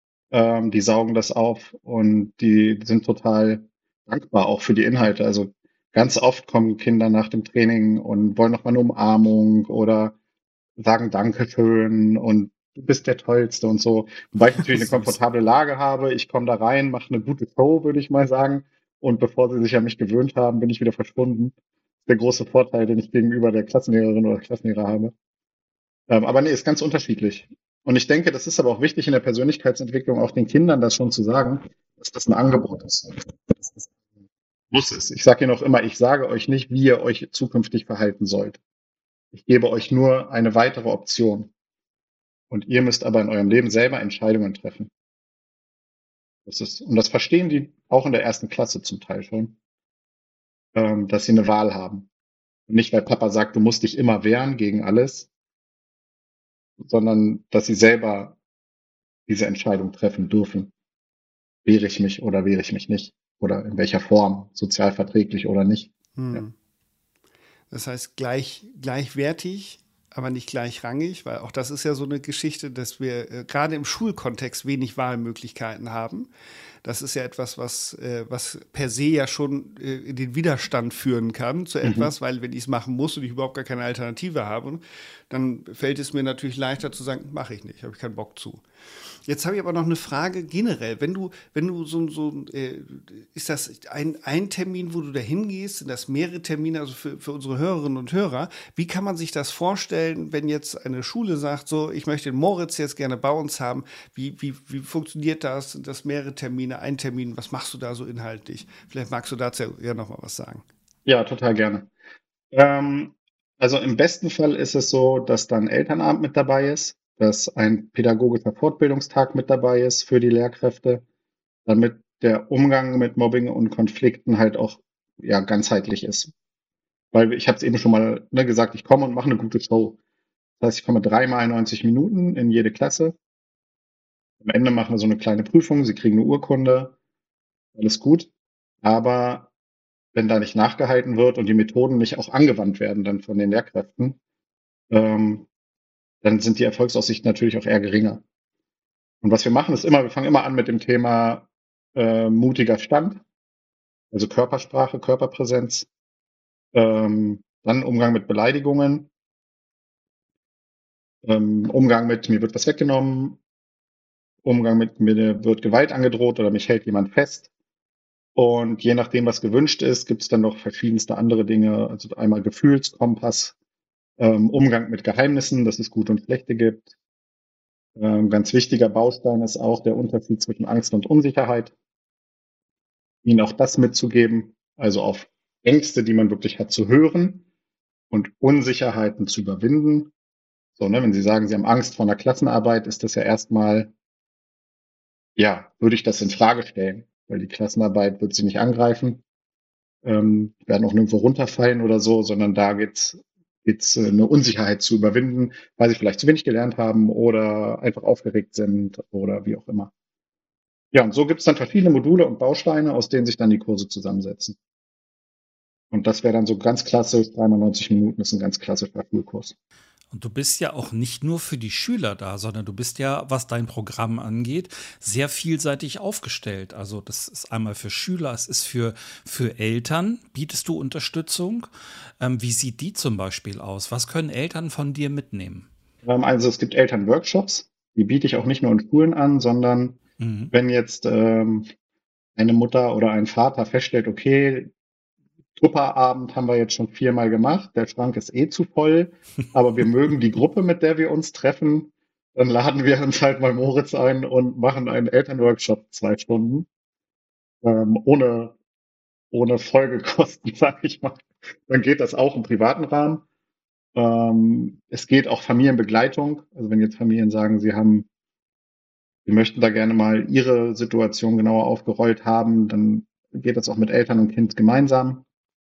ähm, die saugen das auf und die sind total dankbar auch für die Inhalte. Also ganz oft kommen Kinder nach dem Training und wollen nochmal eine Umarmung oder sagen Dankeschön und du bist der Tollste und so. Wobei ich natürlich eine komfortable Lage habe. Ich komme da rein, mache eine gute Show, würde ich mal sagen. Und bevor sie sich an mich gewöhnt haben, bin ich wieder verschwunden. Das ist der große Vorteil, den ich gegenüber der Klassenlehrerin oder Klassenlehrer habe. Ähm, aber nee, ist ganz unterschiedlich. Und ich denke, das ist aber auch wichtig in der Persönlichkeitsentwicklung, auch den Kindern das schon zu sagen, dass das ein Angebot ist. Dass das ein Muss ist. Ich sage ihnen auch immer, ich sage euch nicht, wie ihr euch zukünftig verhalten sollt. Ich gebe euch nur eine weitere Option. Und ihr müsst aber in eurem Leben selber Entscheidungen treffen. Das ist, und das verstehen die auch in der ersten Klasse zum Teil schon, ähm, dass sie eine Wahl haben. Und nicht, weil Papa sagt, du musst dich immer wehren gegen alles, sondern dass sie selber diese Entscheidung treffen dürfen. Wehre ich mich oder wehre ich mich nicht? Oder in welcher Form? Sozialverträglich oder nicht? Hm. Ja. Das heißt gleich, gleichwertig, aber nicht gleichrangig, weil auch das ist ja so eine Geschichte, dass wir äh, gerade im Schulkontext wenig Wahlmöglichkeiten haben. Das ist ja etwas, was, äh, was per se ja schon äh, in den Widerstand führen kann zu etwas, mhm. weil wenn ich es machen muss und ich überhaupt gar keine Alternative habe, dann fällt es mir natürlich leichter zu sagen, mache ich nicht, habe ich keinen Bock zu. Jetzt habe ich aber noch eine Frage generell. Wenn du, wenn du so, so äh, ist das ein, ein Termin, wo du da hingehst, sind das mehrere Termine, also für, für unsere Hörerinnen und Hörer, wie kann man sich das vorstellen, wenn jetzt eine Schule sagt, so, ich möchte den Moritz jetzt gerne bei uns haben, wie, wie, wie funktioniert das? Sind das mehrere Termine, ein Termin, was machst du da so inhaltlich? Vielleicht magst du dazu ja noch mal was sagen. Ja, total gerne. Ähm, also im besten Fall ist es so, dass dann Elternabend mit dabei ist, dass ein pädagogischer Fortbildungstag mit dabei ist für die Lehrkräfte, damit der Umgang mit Mobbing und Konflikten halt auch ja ganzheitlich ist. Weil ich habe es eben schon mal ne, gesagt, ich komme und mache eine gute Show. Das heißt, ich komme dreimal neunzig Minuten in jede Klasse. Am Ende machen wir so eine kleine Prüfung, sie kriegen eine Urkunde, alles gut. Aber wenn da nicht nachgehalten wird und die Methoden nicht auch angewandt werden dann von den Lehrkräften, ähm, dann sind die Erfolgsaussichten natürlich auch eher geringer. Und was wir machen, ist immer, wir fangen immer an mit dem Thema äh, mutiger Stand, also Körpersprache, Körperpräsenz, ähm, dann Umgang mit Beleidigungen, ähm, Umgang mit, mir wird was weggenommen, Umgang mit, mir wird Gewalt angedroht oder mich hält jemand fest. Und je nachdem, was gewünscht ist, gibt es dann noch verschiedenste andere Dinge, also einmal Gefühlskompass, ähm, Umgang mit Geheimnissen, dass es gute und schlechte gibt. Ähm, ganz wichtiger Baustein ist auch der Unterschied zwischen Angst und Unsicherheit. Ihnen auch das mitzugeben, also auf Ängste, die man wirklich hat, zu hören und Unsicherheiten zu überwinden. So, ne, wenn Sie sagen, Sie haben Angst vor einer Klassenarbeit, ist das ja erstmal, ja, würde ich das in Frage stellen, weil die Klassenarbeit wird Sie nicht angreifen, ähm, werden auch nirgendwo runterfallen oder so, sondern da geht's geht's äh, eine Unsicherheit zu überwinden, weil Sie vielleicht zu wenig gelernt haben oder einfach aufgeregt sind oder wie auch immer. Ja, und so gibt's dann verschiedene Module und Bausteine, aus denen sich dann die Kurse zusammensetzen. Und das wäre dann so ganz klassisch, dreimal neunzig Minuten ist ein ganz klassischer Schulkurs. Und du bist ja auch nicht nur für die Schüler da, sondern du bist ja, was dein Programm angeht, sehr vielseitig aufgestellt. Also das ist einmal für Schüler, es ist für, für Eltern. Bietest du Unterstützung? Ähm, wie sieht die zum Beispiel aus? Was können Eltern von dir mitnehmen? Ähm, Also es gibt Elternworkshops, die biete ich auch nicht nur in Schulen an, sondern Mhm. wenn jetzt ähm, eine Mutter oder ein Vater feststellt, okay, Tupperabend haben wir jetzt schon viermal gemacht, der Schrank ist eh zu voll, aber wir mögen die Gruppe, mit der wir uns treffen, dann laden wir uns halt mal Moritz ein und machen einen Elternworkshop zwei Stunden, ähm, ohne, ohne Folgekosten, sag ich mal. Dann geht das auch im privaten Rahmen. Ähm, es geht auch Familienbegleitung. Also wenn jetzt Familien sagen, sie haben, sie möchten da gerne mal ihre Situation genauer aufgerollt haben, dann geht das auch mit Eltern und Kind gemeinsam.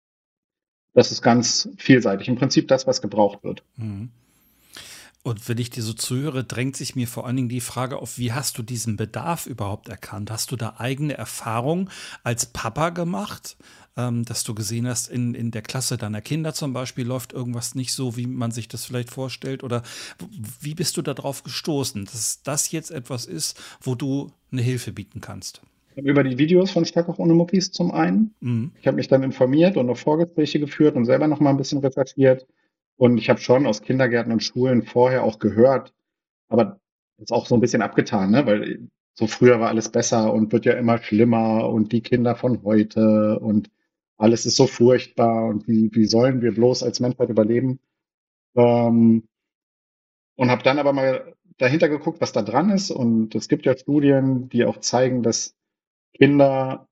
Das ist ganz vielseitig. Im Prinzip das, was gebraucht wird. Mhm. Und wenn ich dir so zuhöre, drängt sich mir vor allen Dingen die Frage auf, wie hast du diesen Bedarf überhaupt erkannt? Hast du da eigene Erfahrungen als Papa gemacht, ähm, dass du gesehen hast, in, in der Klasse deiner Kinder zum Beispiel läuft irgendwas nicht so, wie man sich das vielleicht vorstellt? Oder w- wie bist du darauf gestoßen, dass das jetzt etwas ist, wo du eine Hilfe bieten kannst? Über die Videos von Stark auch ohne Muckis zum einen. Mhm. Ich habe mich dann informiert und noch Vorgespräche geführt und selber noch mal ein bisschen recherchiert. Und ich habe schon aus Kindergärten und Schulen vorher auch gehört, aber das ist auch so ein bisschen abgetan, ne? Weil so früher war alles besser und wird ja immer schlimmer und die Kinder von heute und alles ist so furchtbar und wie, wie sollen wir bloß als Menschheit überleben? Ähm, und habe dann aber mal dahinter geguckt, was da dran ist. Und es gibt ja Studien, die auch zeigen, dass Kinder,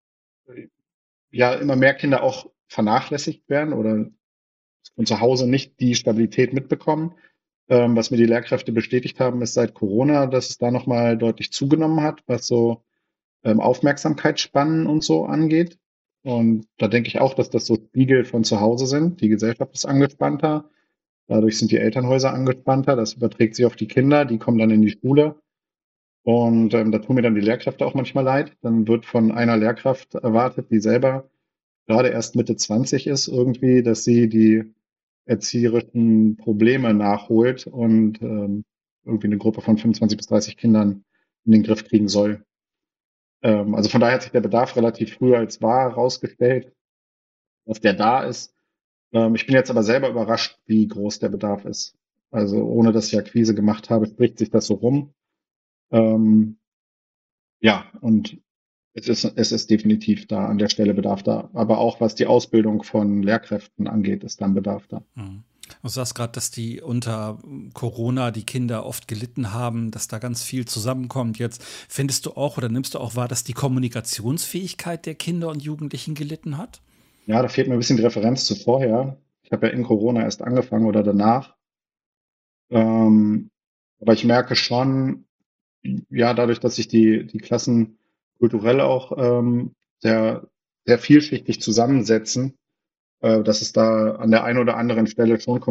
ja, immer mehr Kinder auch vernachlässigt werden oder von zu Hause nicht die Stabilität mitbekommen. Ähm, was mir die Lehrkräfte bestätigt haben, ist seit Corona, dass es da nochmal deutlich zugenommen hat, was so ähm, Aufmerksamkeitsspannen und so angeht. Und da denke ich auch, dass das so Spiegel von zu Hause sind. Die Gesellschaft ist angespannter. Dadurch sind die Elternhäuser angespannter. Das überträgt sich auf die Kinder. Die kommen dann in die Schule. Und ähm, da tun mir dann die Lehrkräfte auch manchmal leid. Dann wird von einer Lehrkraft erwartet, die selber gerade erst Mitte zwanzig ist, irgendwie, dass sie die erzieherischen Probleme nachholt und ähm, irgendwie eine Gruppe von fünfundzwanzig bis dreißig Kindern in den Griff kriegen soll. Ähm, also von daher hat sich der Bedarf relativ früh als wahr herausgestellt, dass der da ist. Ähm, ich bin jetzt aber selber überrascht, wie groß der Bedarf ist. Also ohne dass ich Akquise gemacht habe, spricht sich das so rum. Ähm, ja, und es ist, es ist definitiv da an der Stelle Bedarf da. Aber auch was die Ausbildung von Lehrkräften angeht, ist dann Bedarf da. Mhm. Du sagst gerade, dass die unter Corona die Kinder oft gelitten haben, dass da ganz viel zusammenkommt jetzt. Findest du auch oder nimmst du auch wahr, dass die Kommunikationsfähigkeit der Kinder und Jugendlichen gelitten hat? Ja, da fehlt mir ein bisschen die Referenz zu vorher. Ich habe ja in Corona erst angefangen oder danach. Ähm, aber ich merke schon, ja, dadurch, dass sich die, die Klassen kulturell auch ähm, sehr, sehr vielschichtig zusammensetzen, äh, dass es da an der einen oder anderen Stelle schon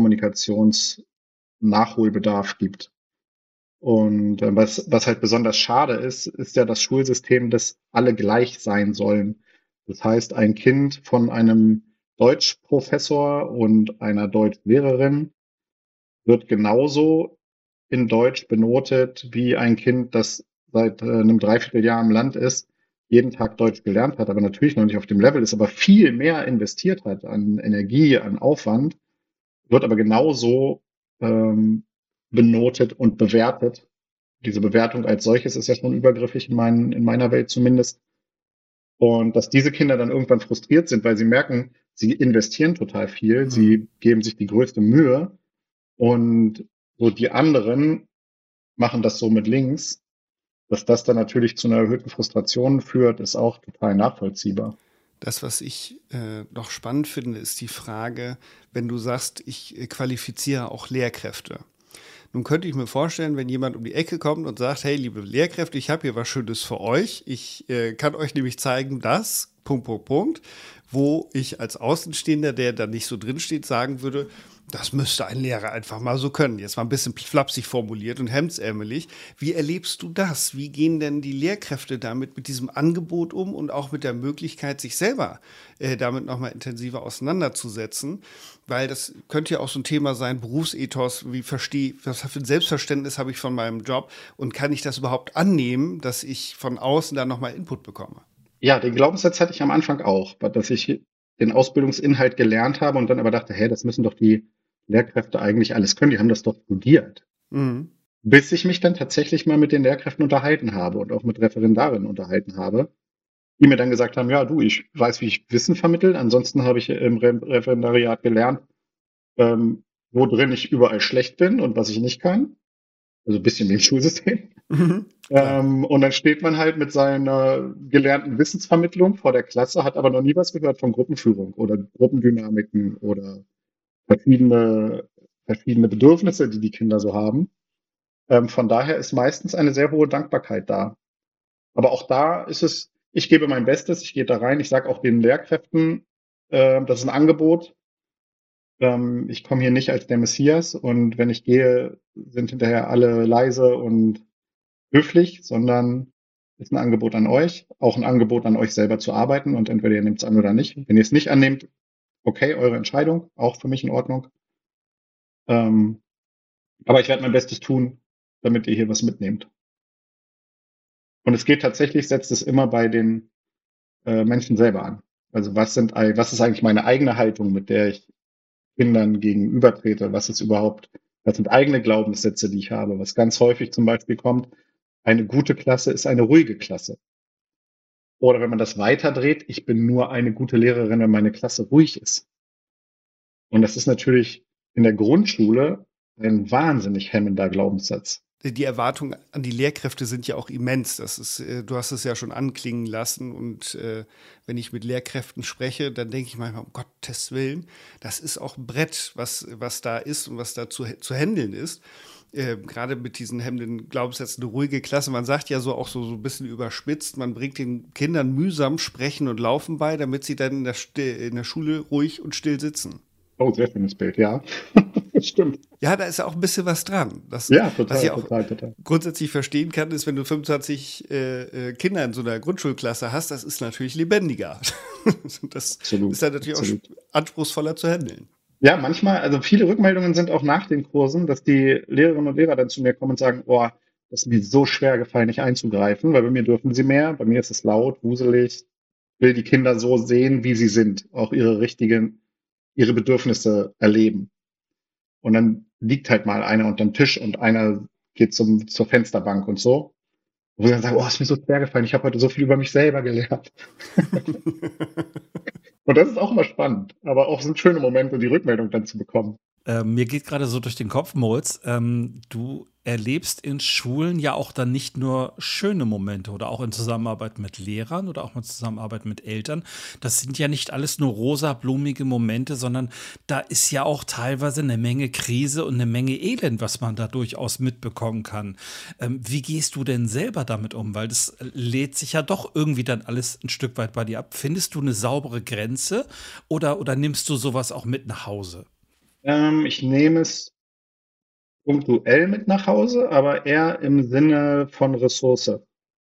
Kommunikationsnachholbedarf gibt. Und äh, was, was halt besonders schade ist, ist ja das Schulsystem, dass alle gleich sein sollen. Das heißt, ein Kind von einem Deutschprofessor und einer Deutschlehrerin wird genauso in Deutsch benotet wie ein Kind, das seit äh, einem Dreivierteljahr im Land ist, jeden Tag Deutsch gelernt hat, aber natürlich noch nicht auf dem Level ist, aber viel mehr investiert hat an Energie, an Aufwand, wird aber genauso ähm, benotet und bewertet. Diese Bewertung als solches ist ja schon übergriffig in, mein, in meiner Welt zumindest. Und dass diese Kinder dann irgendwann frustriert sind, weil sie merken, sie investieren total viel, Mhm. sie geben sich die größte Mühe und so die anderen machen das so mit links, dass das dann natürlich zu einer erhöhten Frustration führt, ist auch total nachvollziehbar. Das, was ich äh, noch spannend finde, ist die Frage, wenn du sagst, ich äh, qualifiziere auch Lehrkräfte. Nun könnte ich mir vorstellen, wenn jemand um die Ecke kommt und sagt, hey, liebe Lehrkräfte, ich habe hier was Schönes für euch. Ich äh, kann euch nämlich zeigen, dass, Punkt, Punkt, Punkt, wo ich als Außenstehender, der da nicht so drinsteht, sagen würde, das müsste ein Lehrer einfach mal so können. Jetzt mal ein bisschen flapsig formuliert und hemdsärmelig. Wie erlebst du das? Wie gehen denn die Lehrkräfte damit mit diesem Angebot um und auch mit der Möglichkeit, sich selber äh, damit nochmal intensiver auseinanderzusetzen? Weil das könnte ja auch so ein Thema sein, Berufsethos, wie verstehe, was für ein Selbstverständnis habe ich von meinem Job und kann ich das überhaupt annehmen, dass ich von außen da nochmal Input bekomme? Ja, den Glaubenssatz hatte ich am Anfang auch, dass ich den Ausbildungsinhalt gelernt habe und dann aber dachte, hey, das müssen doch die Lehrkräfte eigentlich alles können, die haben das doch studiert. Mhm. Bis ich mich dann tatsächlich mal mit den Lehrkräften unterhalten habe und auch mit Referendarinnen unterhalten habe, die mir dann gesagt haben, ja du, ich weiß, wie ich Wissen vermittle, ansonsten habe ich im Re Referendariat gelernt, ähm, wo drin ich überall schlecht bin und was ich nicht kann. Also ein bisschen wie im Schulsystem. Mhm. Ähm, und dann steht man halt mit seiner gelernten Wissensvermittlung vor der Klasse, hat aber noch nie was gehört von Gruppenführung oder Gruppendynamiken oder verschiedene, verschiedene Bedürfnisse, die die Kinder so haben. Ähm, von daher ist meistens eine sehr hohe Dankbarkeit da. Aber auch da ist es, ich gebe mein Bestes, ich gehe da rein, ich sage auch den Lehrkräften, äh, das ist ein Angebot. Ähm, ich komme hier nicht als der Messias und wenn ich gehe, sind hinterher alle leise und höflich, sondern ist ein Angebot an euch, auch ein Angebot an euch selber zu arbeiten und entweder ihr nehmt es an oder nicht. Wenn ihr es nicht annehmt, okay, eure Entscheidung, auch für mich in Ordnung. Ähm, aber ich werde mein Bestes tun, damit ihr hier was mitnehmt. Und es geht tatsächlich, setzt es immer bei den äh, Menschen selber an. Also was sind, was ist eigentlich meine eigene Haltung, mit der ich Kindern gegenübertrete? Was ist überhaupt, was sind eigene Glaubenssätze, die ich habe? Was ganz häufig zum Beispiel kommt, eine gute Klasse ist eine ruhige Klasse. Oder wenn man das weiterdreht, ich bin nur eine gute Lehrerin, wenn meine Klasse ruhig ist. Und das ist natürlich in der Grundschule ein wahnsinnig hemmender Glaubenssatz. Die Erwartungen an die Lehrkräfte sind ja auch immens. Das ist, äh, du hast es ja schon anklingen lassen. Und äh, wenn ich mit Lehrkräften spreche, dann denke ich manchmal, um Gottes Willen, das ist auch ein Brett, was, was da ist und was da zu, zu handeln ist. Äh, gerade mit diesen hemmenden Glaubenssätzen, eine ruhige Klasse. Man sagt ja so auch so, so ein bisschen überspitzt, man bringt den Kindern mühsam Sprechen und Laufen bei, damit sie dann in der, in der Schule ruhig und still sitzen. Oh, sehr schönes Bild, ja. Stimmt. Ja, da ist ja auch ein bisschen was dran. Das, ja, total, was ich auch total, total. grundsätzlich verstehen kann, ist, wenn du fünfundzwanzig äh, Kinder in so einer Grundschulklasse hast, das ist natürlich lebendiger. Das absolut, ist dann natürlich absolut. Auch anspruchsvoller zu handeln. Ja, manchmal, also viele Rückmeldungen sind auch nach den Kursen, dass die Lehrerinnen und Lehrer dann zu mir kommen und sagen, oh, das ist mir so schwer gefallen, nicht einzugreifen, weil bei mir dürfen sie mehr, bei mir ist es laut, wuselig, will die Kinder so sehen, wie sie sind, auch ihre richtigen, ihre Bedürfnisse erleben. Und dann liegt halt mal einer unterm Tisch und einer geht zum, zur Fensterbank und so. Wo sie dann sagen, oh, ist mir so schwer gefallen, ich habe heute so viel über mich selber gelernt. Und das ist auch immer spannend, aber auch sind schöne Momente, die Rückmeldung dann zu bekommen. Äh, mir geht gerade so durch den Kopf, Moritz, ähm, du erlebst in Schulen ja auch dann nicht nur schöne Momente oder auch in Zusammenarbeit mit Lehrern oder auch in Zusammenarbeit mit Eltern. Das sind ja nicht alles nur rosa, blumige Momente, sondern da ist ja auch teilweise eine Menge Krise und eine Menge Elend, was man da durchaus mitbekommen kann. Ähm, wie gehst du denn selber damit um? Weil das lädt sich ja doch irgendwie dann alles ein Stück weit bei dir ab. Findest du eine saubere Grenze oder, oder nimmst du sowas auch mit nach Hause? Ähm, ich nehme es punktuell mit nach Hause, aber eher im Sinne von Ressource.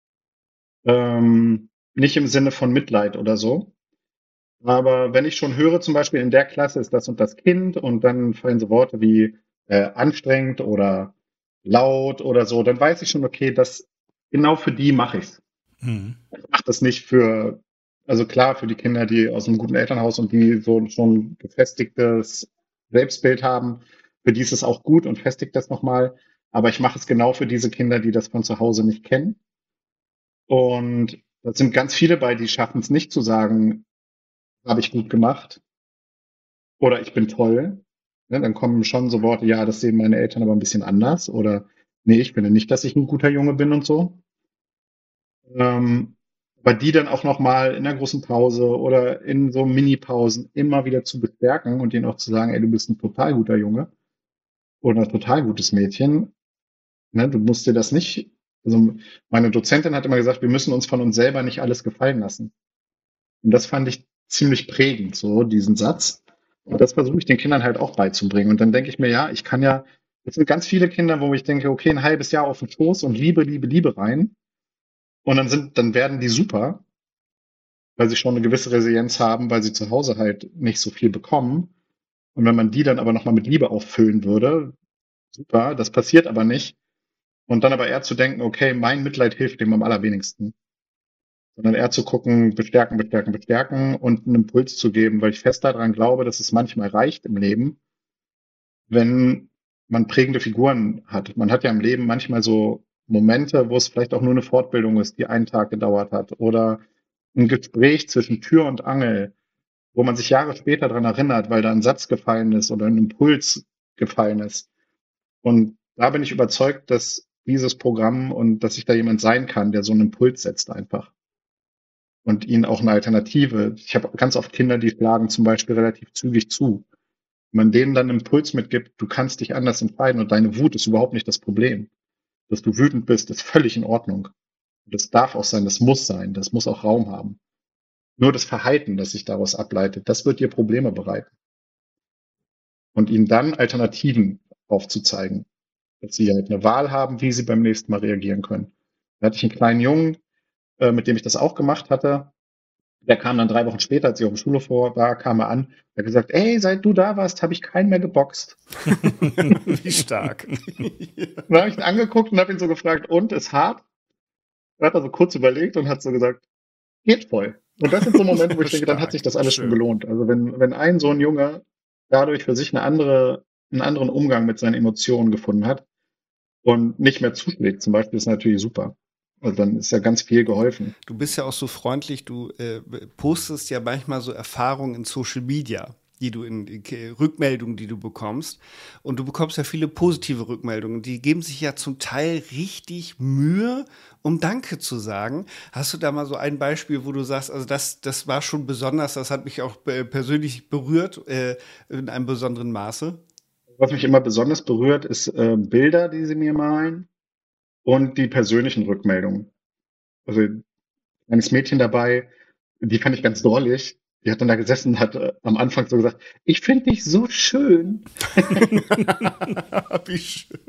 Ähm, nicht im Sinne von Mitleid oder so. Aber wenn ich schon höre, zum Beispiel in der Klasse ist das und das Kind und dann fallen so Worte wie äh, anstrengend oder laut oder so, dann weiß ich schon, okay, das genau für die mache ich's. Mhm. Ich mache das nicht für, also klar, für die Kinder, die aus einem guten Elternhaus und die so schon gefestigtes Selbstbild haben, für die ist es auch gut und festigt das nochmal. Aber ich mache es genau für diese Kinder, die das von zu Hause nicht kennen. Und da sind ganz viele bei, die schaffen es nicht zu sagen, habe ich gut gemacht oder ich bin toll. Ja, dann kommen schon so Worte, ja, das sehen meine Eltern aber ein bisschen anders oder nee, ich finde nicht, dass ich ein guter Junge bin und so. Ähm, aber die dann auch nochmal in der großen Pause oder in so Mini-Pausen immer wieder zu bestärken und denen auch zu sagen, ey, du bist ein total guter Junge oder ein total gutes Mädchen. Ne, du musst dir das nicht, also meine Dozentin hat immer gesagt, wir müssen uns von uns selber nicht alles gefallen lassen. Und das fand ich ziemlich prägend, so diesen Satz. Und das versuche ich den Kindern halt auch beizubringen. Und dann denke ich mir, ja, ich kann ja, es sind ganz viele Kinder, wo ich denke, okay, ein halbes Jahr auf den Schoß und Liebe, Liebe, Liebe rein. Und dann sind, dann werden die super, weil sie schon eine gewisse Resilienz haben, weil sie zu Hause halt nicht so viel bekommen. Und wenn man die dann aber nochmal mit Liebe auffüllen würde, super, das passiert aber nicht. Und dann aber eher zu denken, okay, mein Mitleid hilft dem am allerwenigsten. Sondern eher zu gucken, bestärken, bestärken, bestärken und einen Impuls zu geben, weil ich fest daran glaube, dass es manchmal reicht im Leben, wenn man prägende Figuren hat. Man hat ja im Leben manchmal so Momente, wo es vielleicht auch nur eine Fortbildung ist, die einen Tag gedauert hat oder ein Gespräch zwischen Tür und Angel, wo man sich Jahre später daran erinnert, weil da ein Satz gefallen ist oder ein Impuls gefallen ist. Und da bin ich überzeugt, dass dieses Programm und dass ich da jemand sein kann, der so einen Impuls setzt einfach. Und ihnen auch eine Alternative. Ich habe ganz oft Kinder, die schlagen zum Beispiel relativ zügig zu. Wenn man denen dann einen Impuls mitgibt, du kannst dich anders entscheiden und deine Wut ist überhaupt nicht das Problem. Dass du wütend bist, ist völlig in Ordnung. Und das darf auch sein, das muss sein, das muss auch Raum haben. Nur das Verhalten, das sich daraus ableitet, das wird dir Probleme bereiten. Und ihnen dann Alternativen aufzuzeigen, dass sie halt eine Wahl haben, wie sie beim nächsten Mal reagieren können. Da hatte ich einen kleinen Jungen, äh, mit dem ich das auch gemacht hatte. Der kam dann drei Wochen später, als ich auf der Schule vor war, kam er an. Er hat gesagt, ey, seit du da warst, habe ich keinen mehr geboxt. Wie stark. Dann habe ich ihn angeguckt und habe ihn so gefragt, und, ist hart? Er hat also kurz überlegt und hat so gesagt, geht voll. Und das sind so Momente, wo ich denke, dann hat sich das alles Schön. schon gelohnt. Also wenn, wenn ein so ein Junge dadurch für sich eine andere, einen anderen Umgang mit seinen Emotionen gefunden hat und nicht mehr zuschlägt, zum Beispiel, ist natürlich super. Also dann ist ja ganz viel geholfen. Du bist ja auch so freundlich, du äh, postest ja manchmal so Erfahrungen in Social Media, die du in äh, Rückmeldungen, die du bekommst. Und du bekommst ja viele positive Rückmeldungen. Die geben sich ja zum Teil richtig Mühe, um Danke zu sagen. Hast du da mal so ein Beispiel, wo du sagst, also das, das war schon besonders, das hat mich auch äh, persönlich berührt, äh, in einem besonderen Maße? Was mich immer besonders berührt, ist äh, Bilder, die sie mir malen und die persönlichen Rückmeldungen. Also ein kleines Mädchen dabei, die fand ich ganz drollig. Die hat dann da gesessen und hat äh, am Anfang so gesagt, ich finde dich so schön. Wie schön.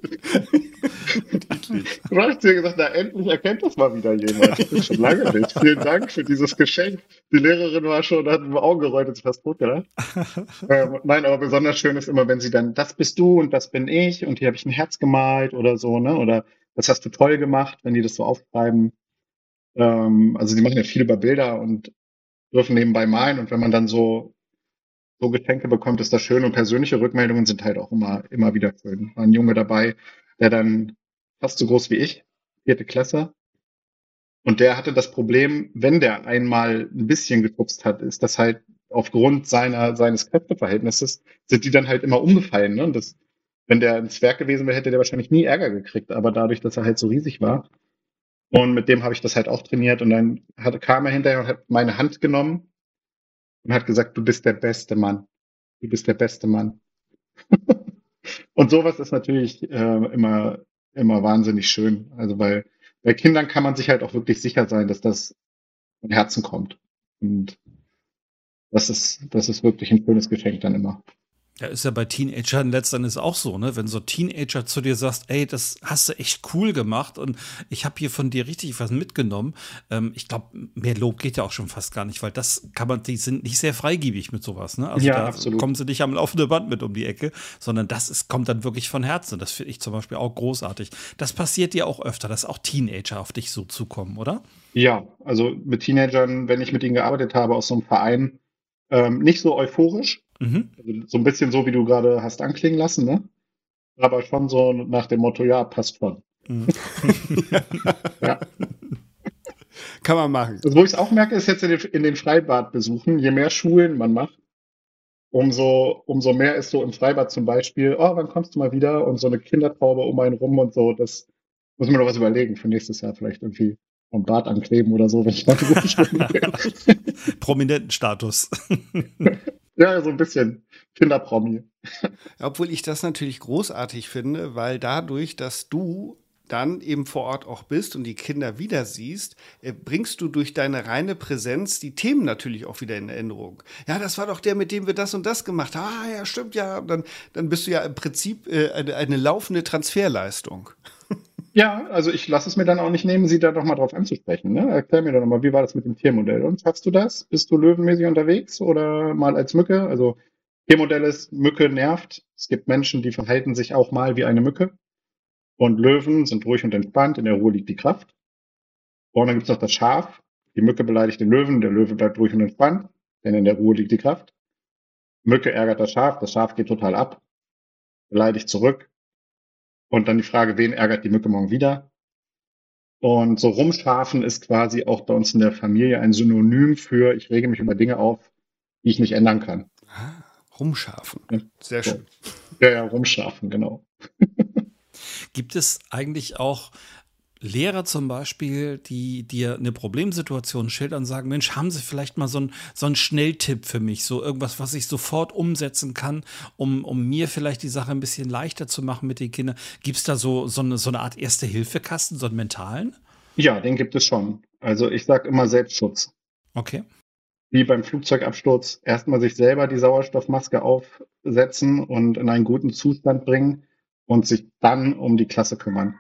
Und dann habe ich zu ihr gesagt, na endlich erkennt das mal wieder jemand. Das ist schon lange nicht. Vielen Dank für dieses Geschenk. Die Lehrerin war schon, hat mit dem Auge gerollt, hat sich fast totgelacht. ähm, nein, aber besonders schön ist immer, wenn sie dann, das bist du und das bin ich und hier habe ich ein Herz gemalt oder so, ne? Oder das hast du toll gemacht, wenn die das so aufschreiben. Ähm, also die machen ja viel über Bilder und dürfen nebenbei malen und wenn man dann so, so Geschenke bekommt, ist das schön und persönliche Rückmeldungen sind halt auch immer, immer wieder schön. War ein Junge dabei, der dann fast so groß wie ich, vierte Klasse, und der hatte das Problem, wenn der einmal ein bisschen gepupst hat, ist das halt aufgrund seiner, seines Kräfteverhältnisses, sind die dann halt immer umgefallen, ne? Und das, wenn der ein Zwerg gewesen wäre, hätte der wahrscheinlich nie Ärger gekriegt, aber dadurch, dass er halt so riesig war, und mit dem habe ich das halt auch trainiert und dann hat, kam er hinterher und hat meine Hand genommen und hat gesagt, du bist der beste Mann. Du bist der beste Mann. Und sowas ist natürlich äh, immer, immer wahnsinnig schön. Also weil bei Kindern kann man sich halt auch wirklich sicher sein, dass das von Herzen kommt. Und das ist, das ist wirklich ein schönes Geschenk dann immer. Ja, ist ja bei Teenagern letztendlich auch so, ne? Wenn so Teenager zu dir sagst, ey, das hast du echt cool gemacht und ich habe hier von dir richtig was mitgenommen. Ähm, ich glaube, mehr Lob geht ja auch schon fast gar nicht, weil das kann man, die sind nicht sehr freigebig mit sowas, ne? Also Ja, da absolut. kommen sie nicht am laufenden Band mit um die Ecke, sondern das ist, kommt dann wirklich von Herzen. Das finde ich zum Beispiel auch großartig. Das passiert dir auch öfter, dass auch Teenager auf dich so zukommen, oder? Ja, also mit Teenagern, wenn ich mit ihnen gearbeitet habe aus so einem Verein, ähm, nicht so euphorisch, Mhm. also so ein bisschen so, wie du gerade hast anklingen lassen, ne? Aber schon so nach dem Motto, ja, passt schon. Mhm. Ja. Kann man machen. Also wo ich es auch merke, ist jetzt in den, in den Freibadbesuchen, je mehr Schulen man macht, umso, umso mehr ist so im Freibad zum Beispiel, oh, wann kommst du mal wieder? Und so eine Kindertraube um einen rum und so, das muss man noch was überlegen für nächstes Jahr vielleicht irgendwie. am Bart ankleben oder so, wenn ich mal gut will. Prominentenstatus. Ja, so ein bisschen Kinderpromi. Obwohl ich das natürlich großartig finde, weil dadurch, dass du dann eben vor Ort auch bist und die Kinder wieder siehst, äh, bringst du durch deine reine Präsenz die Themen natürlich auch wieder in Erinnerung. Ja, das war doch der, mit dem wir das und das gemacht haben. Ah, ja, stimmt, ja. Dann, dann bist du ja im Prinzip äh, eine, eine laufende Transferleistung. Ja, also ich lasse es mir dann auch nicht nehmen, sie da doch mal drauf anzusprechen. Ne? Erklär mir doch mal, wie war das mit dem Tiermodell? Und schaffst du das? Bist du löwenmäßig unterwegs oder mal als Mücke? Also Tiermodell ist, Mücke nervt. Es gibt Menschen, die verhalten sich auch mal wie eine Mücke. Und Löwen sind ruhig und entspannt. In der Ruhe liegt die Kraft. Und dann gibt es noch das Schaf. Die Mücke beleidigt den Löwen. Der Löwe bleibt ruhig und entspannt, denn in der Ruhe liegt die Kraft. Mücke ärgert das Schaf. Das Schaf geht total ab, beleidigt zurück. Und dann die Frage, wen ärgert die Mücke morgen wieder? Und so rumschafen ist quasi auch bei uns in der Familie ein Synonym für, ich rege mich über Dinge auf, die ich nicht ändern kann. Ah, rumschafen. Ja. Sehr So. schön. Ja, ja, rumschafen, genau. Gibt es eigentlich auch Lehrer zum Beispiel, die dir eine Problemsituation schildern und sagen, Mensch, haben Sie vielleicht mal so einen so einen Schnelltipp für mich, so irgendwas, was ich sofort umsetzen kann, um, um mir vielleicht die Sache ein bisschen leichter zu machen mit den Kindern. Gibt es da so, so, eine, so eine Art Erste-Hilfe-Kasten, so einen mentalen? Ja, den gibt es schon. Also ich sage immer Selbstschutz. Okay. Wie beim Flugzeugabsturz erstmal sich selber die Sauerstoffmaske aufsetzen und in einen guten Zustand bringen und sich dann um die Klasse kümmern.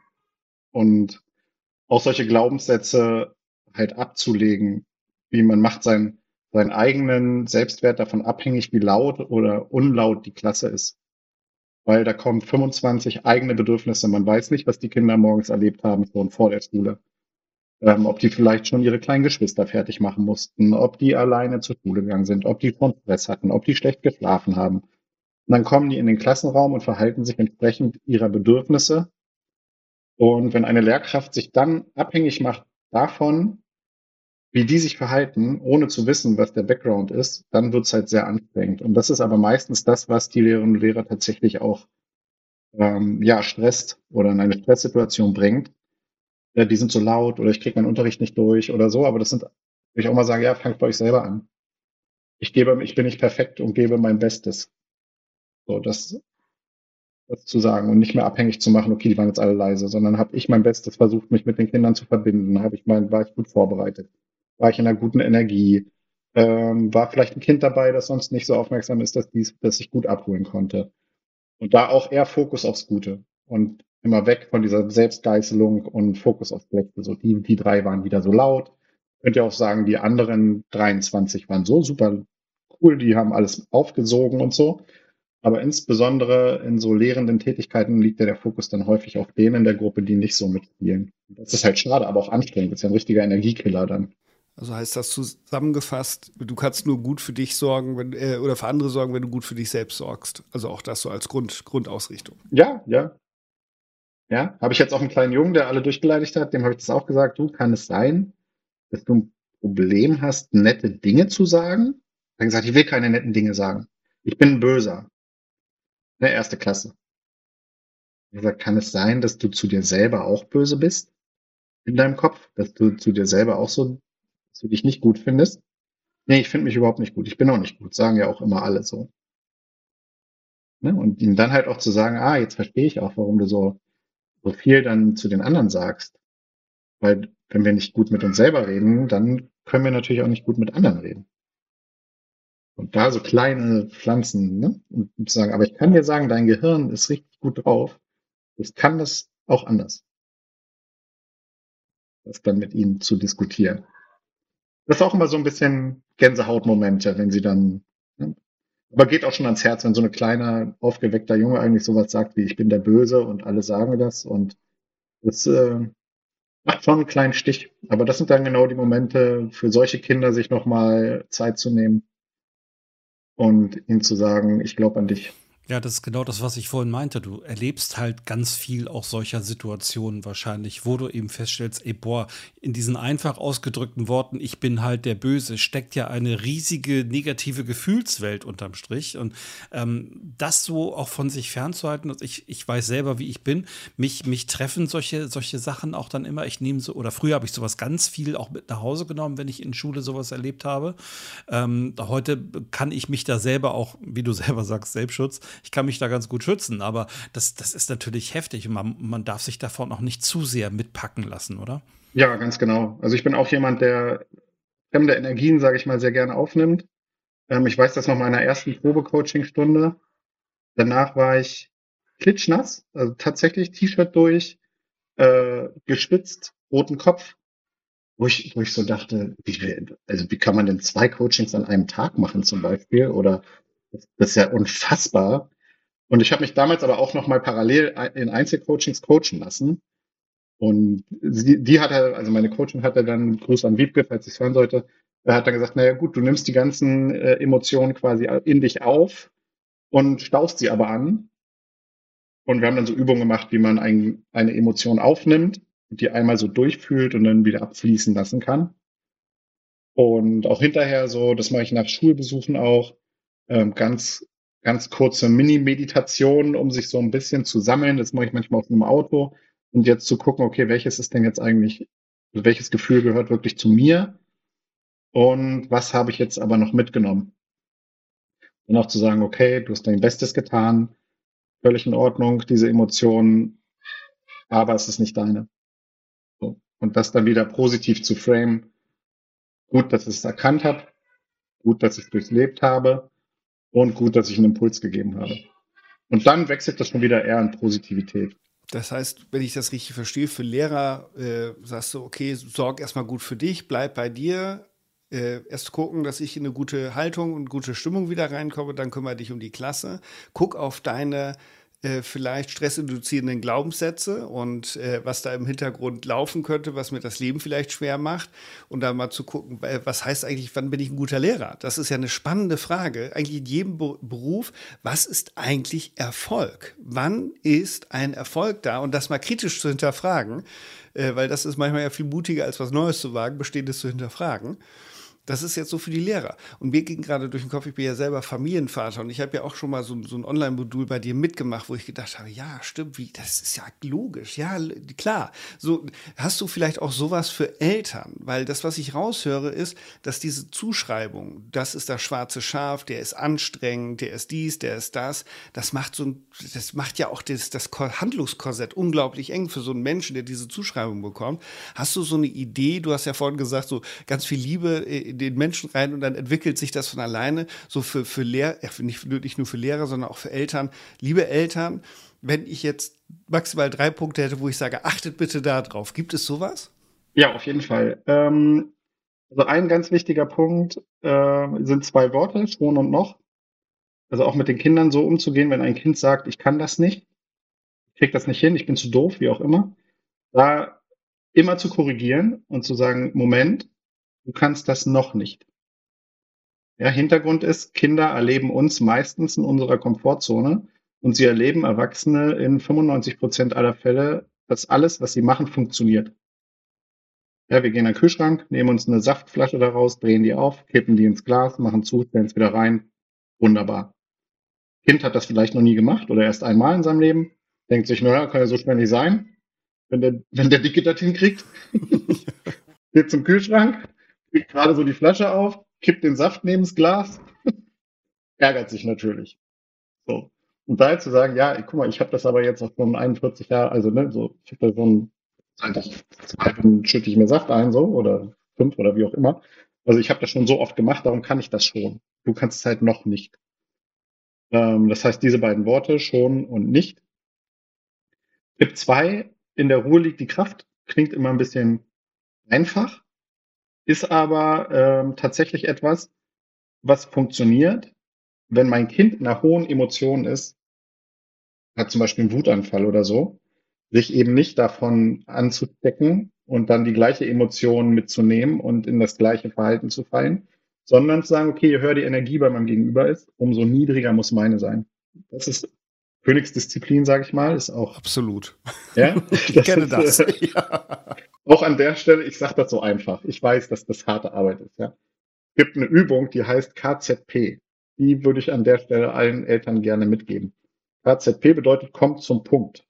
Und auch solche Glaubenssätze halt abzulegen, wie man macht seinen, seinen eigenen Selbstwert davon abhängig, wie laut oder unlaut die Klasse ist. Weil da kommen fünfundzwanzig eigene Bedürfnisse. Man weiß nicht, was die Kinder morgens erlebt haben, schon vor der Schule. Ähm, ob die vielleicht schon ihre kleinen Geschwister fertig machen mussten, ob die alleine zur Schule gegangen sind, ob die schon Stress hatten, ob die schlecht geschlafen haben. Und dann kommen die in den Klassenraum und verhalten sich entsprechend ihrer Bedürfnisse. Und wenn eine Lehrkraft sich dann abhängig macht davon, wie die sich verhalten, ohne zu wissen, was der Background ist, dann wird es halt sehr anstrengend. Und das ist aber meistens das, was die Lehrerinnen und Lehrer tatsächlich auch ähm, ja, stresst oder in eine Stresssituation bringt. Ja, die sind so laut oder ich kriege meinen Unterricht nicht durch oder so. Aber das sind, würde ich auch mal sagen, ja, fangt bei euch selber an. Ich gebe, ich bin nicht perfekt und gebe mein Bestes. So, das das zu sagen und nicht mehr abhängig zu machen, okay, die waren jetzt alle leise, sondern habe ich mein Bestes versucht, mich mit den Kindern zu verbinden, habe ich mein, war ich gut vorbereitet, war ich in einer guten Energie, ähm, war vielleicht ein Kind dabei, das sonst nicht so aufmerksam ist, dass dies, dass ich gut abholen konnte. Und da auch eher Fokus aufs Gute und immer weg von dieser Selbstgeißelung und Fokus aufs Schlechte. So die, die drei waren wieder so laut. Könnt ihr auch sagen, die anderen dreiundzwanzig waren so super cool, die haben alles aufgesogen und so. Aber insbesondere in so lehrenden Tätigkeiten liegt ja der Fokus dann häufig auf denen in der Gruppe, die nicht so mitspielen. Das ist halt schade, aber auch anstrengend. Das ist ja ein richtiger Energiekiller dann. Also heißt das zusammengefasst, du kannst nur gut für dich sorgen wenn, äh, oder für andere sorgen, wenn du gut für dich selbst sorgst. Also auch das so als Grund, Grundausrichtung. Ja, ja. Ja, habe ich jetzt auch einen kleinen Jungen, der alle durchbeleidigt hat, dem habe ich das auch gesagt. Du, kann es sein, dass du ein Problem hast, nette Dinge zu sagen? Er hat gesagt, ich will keine netten Dinge sagen. Ich bin ein Böser. Ne, erste Klasse. Ich habe gesagt, kann es sein, dass du zu dir selber auch böse bist? In deinem Kopf? Dass du zu dir selber auch so, dass du dich nicht gut findest? Nee, ich finde mich überhaupt nicht gut. Ich bin auch nicht gut. Sagen ja auch immer alle so. Ne? Und ihm dann halt auch zu sagen, ah, jetzt verstehe ich auch, warum du so, so viel dann zu den anderen sagst. Weil wenn wir nicht gut mit uns selber reden, dann können wir natürlich auch nicht gut mit anderen reden. Und da so kleine Pflanzen, ne? Und zu sagen, aber ich kann dir sagen, dein Gehirn ist richtig gut drauf. Es kann das auch anders. Das dann mit ihnen zu diskutieren. Das ist auch immer so ein bisschen Gänsehautmomente, wenn sie dann, ne? Aber geht auch schon ans Herz, wenn so ein kleiner, aufgeweckter Junge eigentlich sowas sagt wie, ich bin der Böse und alle sagen das und das äh, macht schon einen kleinen Stich. Aber das sind dann genau die Momente für solche Kinder, sich nochmal Zeit zu nehmen und ihnen zu sagen, ich glaube an dich. Ja, das ist genau das, was ich vorhin meinte. Du erlebst halt ganz viel auch solcher Situationen wahrscheinlich, wo du eben feststellst, ey, boah, in diesen einfach ausgedrückten Worten, ich bin halt der Böse, steckt ja eine riesige negative Gefühlswelt unterm Strich. Und ähm, das so auch von sich fernzuhalten, und ich, ich weiß selber, wie ich bin, mich, mich treffen solche, solche Sachen auch dann immer. Ich nehme so, oder früher habe ich sowas ganz viel auch mit nach Hause genommen, wenn ich in Schule sowas erlebt habe. Ähm, heute kann ich mich da selber auch, wie du selber sagst, Selbstschutz, ich kann mich da ganz gut schützen, aber das, das ist natürlich heftig und man, man darf sich davon auch nicht zu sehr mitpacken lassen, oder? Ja, ganz genau. Also ich bin auch jemand, der fremde Energien, sage ich mal, sehr gerne aufnimmt. Ähm, ich weiß das noch meiner ersten Probecoaching-Stunde. Danach war ich klitschnass, also tatsächlich T-Shirt durch, äh, geschwitzt, roten Kopf, wo ich, wo ich so dachte, wie, also wie kann man denn zwei Coachings an einem Tag machen zum Beispiel? Oder das, das ist ja unfassbar. Und ich habe mich damals aber auch noch mal parallel in Einzelcoachings coachen lassen. Und sie, die hatte, also meine Coachin hatte dann, Gruß an Wiebke, falls sie es hören sollte, er hat dann gesagt, naja gut, du nimmst die ganzen äh, Emotionen quasi in dich auf und staust sie aber an. Und wir haben dann so Übungen gemacht, wie man ein, eine Emotion aufnimmt, die einmal so durchfühlt und dann wieder abfließen lassen kann. Und auch hinterher so, das mache ich nach Schulbesuchen auch, ähm, ganz, ganz kurze Mini-Meditationen, um sich so ein bisschen zu sammeln. Das mache ich manchmal auf einem Auto. Und jetzt zu gucken, okay, welches ist denn jetzt eigentlich, also welches Gefühl gehört wirklich zu mir? Und was habe ich jetzt aber noch mitgenommen? Und auch zu sagen, okay, du hast dein Bestes getan, völlig in Ordnung, diese Emotionen, aber es ist nicht deine. So. Und das dann wieder positiv zu framen. Gut, dass ich es erkannt habe, gut, dass ich es durchlebt habe und gut, dass ich einen Impuls gegeben habe. Und dann wechselt das schon wieder eher in Positivität. Das heißt, wenn ich das richtig verstehe, für Lehrer äh, sagst du, okay, sorg erstmal gut für dich, bleib bei dir, äh, erst gucken, dass ich in eine gute Haltung und gute Stimmung wieder reinkomme, dann kümmere dich um die Klasse. Guck auf deine äh, vielleicht stressinduzierenden Glaubenssätze und äh, was da im Hintergrund laufen könnte, was mir das Leben vielleicht schwer macht. Und dann mal zu gucken, äh, was heißt eigentlich, wann bin ich ein guter Lehrer? Das ist ja eine spannende Frage. Eigentlich in jedem Be- Beruf, was ist eigentlich Erfolg? Wann ist ein Erfolg da? Und das mal kritisch zu hinterfragen, äh, weil das ist manchmal ja viel mutiger, als was Neues zu wagen, Bestehendes zu hinterfragen. Das ist jetzt so für die Lehrer. Und mir ging gerade durch den Kopf, ich bin ja selber Familienvater und ich habe ja auch schon mal so, so ein Online-Modul bei dir mitgemacht, wo ich gedacht habe, ja, stimmt, wie, das ist ja logisch, ja, klar. So, hast du vielleicht auch sowas für Eltern? Weil das, was ich raushöre, ist, dass diese Zuschreibung, das ist das schwarze Schaf, der ist anstrengend, der ist dies, der ist das, das macht so ein, das macht ja auch das, das Handlungskorsett unglaublich eng für so einen Menschen, der diese Zuschreibung bekommt. Hast du so eine Idee? Du hast ja vorhin gesagt, so ganz viel Liebe in den Menschen rein und dann entwickelt sich das von alleine, so für, für Lehrer, nicht, nicht nur für Lehrer, sondern auch für Eltern. Liebe Eltern, wenn ich jetzt maximal drei Punkte hätte, wo ich sage, achtet bitte da drauf. Gibt es sowas? Ja, auf jeden Fall. Ähm, also ein ganz wichtiger Punkt äh, sind zwei Worte, schon und noch. Also auch mit den Kindern so umzugehen, wenn ein Kind sagt, ich kann das nicht, ich krieg das nicht hin, ich bin zu doof, wie auch immer, da immer zu korrigieren und zu sagen, Moment, du kannst das noch nicht. Ja, Hintergrund ist, Kinder erleben uns meistens in unserer Komfortzone und sie erleben Erwachsene in fünfundneunzig Prozent aller Fälle, dass alles, was sie machen, funktioniert. Ja, wir gehen in den Kühlschrank, nehmen uns eine Saftflasche daraus, drehen die auf, kippen die ins Glas, machen zu, stellen es wieder rein. Wunderbar. Kind hat das vielleicht noch nie gemacht oder erst einmal in seinem Leben, denkt sich, naja, kann ja so schnell nicht sein, wenn der, wenn der Dicke das hinkriegt. Geht zum Kühlschrank, kriegt gerade so die Flasche auf, kippt den Saft neben das Glas, ärgert sich natürlich. So. Und da jetzt zu sagen, ja, guck mal, ich habe das aber jetzt auch schon einundvierzig Jahre, also ne, so, ich habe da so ein, seit ich zwei bin, schütte ich mir Saft ein, so, oder fünf oder wie auch immer. Also ich habe das schon so oft gemacht, darum kann ich das schon. Du kannst es halt noch nicht. Ähm, das heißt, diese beiden Worte, schon und nicht. Tipp zwei, in der Ruhe liegt die Kraft, klingt immer ein bisschen einfach, ist aber ähm, tatsächlich etwas, was funktioniert, wenn mein Kind in einer hohen Emotion ist, hat zum Beispiel einen Wutanfall oder so, sich eben nicht davon anzustecken und dann die gleiche Emotion mitzunehmen und in das gleiche Verhalten zu fallen, sondern zu sagen, okay, je höher die Energie bei meinem Gegenüber ist, umso niedriger muss meine sein. das ist Königsdisziplin, sage ich mal, ist auch. Absolut. Ja, ich kenne ist, das. Äh, ja. Auch an der Stelle, ich sage das so einfach. Ich weiß, dass das harte Arbeit ist. Ja, es gibt eine Übung, die heißt K Z P. Die würde ich an der Stelle allen Eltern gerne mitgeben. K Z P bedeutet, kommt zum Punkt.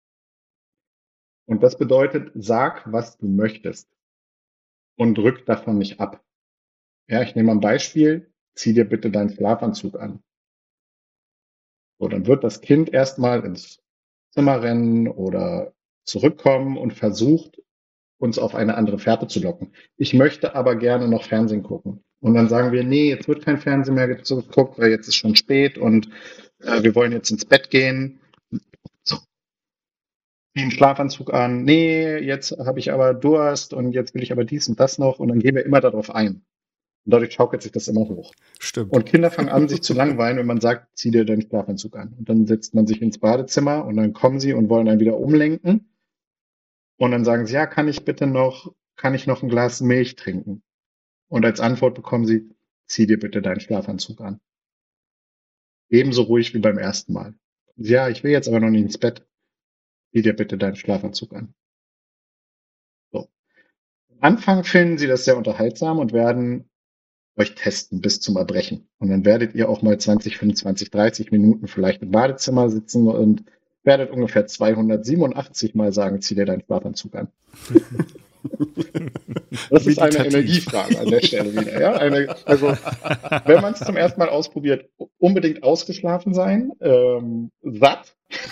Und das bedeutet, sag, was du möchtest und rück davon nicht ab. Ja, ich nehme mal ein Beispiel. Zieh dir bitte deinen Schlafanzug an. So, dann wird das Kind erstmal ins Zimmer rennen oder zurückkommen und versucht, uns auf eine andere Fährte zu locken. Ich möchte aber gerne noch Fernsehen gucken. Und dann sagen wir, nee, jetzt wird kein Fernsehen mehr geguckt, weil jetzt ist schon spät und äh, wir wollen jetzt ins Bett gehen. So, zieh einen Schlafanzug an. Nee, jetzt habe ich aber Durst und jetzt will ich aber dies und das noch. Und dann gehen wir immer darauf ein. Und dadurch schaukelt sich das immer hoch. Stimmt. Und Kinder fangen an, sich zu langweilen, wenn man sagt, zieh dir deinen Schlafanzug an. Und dann setzt man sich ins Badezimmer und dann kommen sie und wollen dann wieder umlenken. Und dann sagen sie, ja, kann ich bitte noch, kann ich noch ein Glas Milch trinken? Und als Antwort bekommen sie, zieh dir bitte deinen Schlafanzug an. Ebenso ruhig wie beim ersten Mal. Ja, ich will jetzt aber noch nicht ins Bett. Zieh dir bitte deinen Schlafanzug an. So. Am Anfang finden sie das sehr unterhaltsam und werden euch testen bis zum Erbrechen. Und dann werdet ihr auch mal zwanzig, fünfundzwanzig, dreißig Minuten vielleicht im Badezimmer sitzen und werdet ungefähr zweihundertsiebenundachtzig Mal sagen, zieh dir deinen Schlafanzug an. Das ist eine Energiefrage an der Stelle wieder. Ja? Eine, also, wenn man es zum ersten Mal ausprobiert, unbedingt ausgeschlafen sein, ähm, satt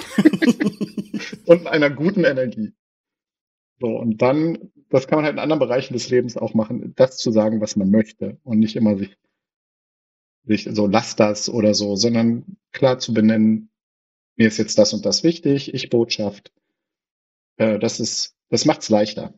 und in einer guten Energie. So, und dann, das kann man halt in anderen Bereichen des Lebens auch machen, das zu sagen, was man möchte und nicht immer sich, sich so, lass das oder so, sondern klar zu benennen, mir ist jetzt das und das wichtig, ich Botschaft. Äh, das ist, das macht's leichter.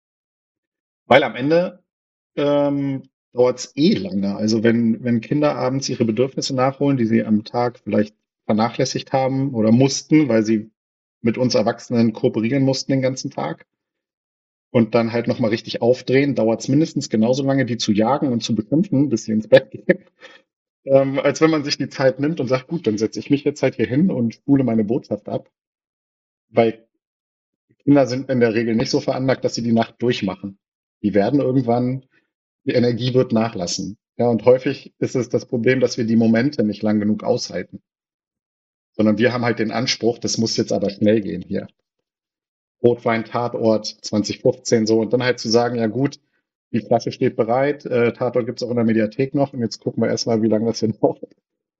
Weil am Ende ähm, dauert es eh lange. Also wenn, wenn Kinder abends ihre Bedürfnisse nachholen, die sie am Tag vielleicht vernachlässigt haben oder mussten, weil sie mit uns Erwachsenen kooperieren mussten den ganzen Tag und dann halt nochmal richtig aufdrehen, dauert es mindestens genauso lange, die zu jagen und zu beschimpfen, bis sie ins Bett gehen, ähm, als wenn man sich die Zeit nimmt und sagt, gut, dann setze ich mich jetzt halt hier hin und spule meine Botschaft ab. Weil Kinder sind in der Regel nicht so veranlagt, dass sie die Nacht durchmachen. Die werden irgendwann, die Energie wird nachlassen. Ja, und häufig ist es das Problem, dass wir die Momente nicht lang genug aushalten. Sondern wir haben halt den Anspruch, das muss jetzt aber schnell gehen hier. Rotwein, Tatort, zwanzig fünfzehn so. Und dann halt zu sagen, ja gut, die Flasche steht bereit, äh, Tatort gibt's auch in der Mediathek noch und jetzt gucken wir erstmal, wie lange das hier dauert.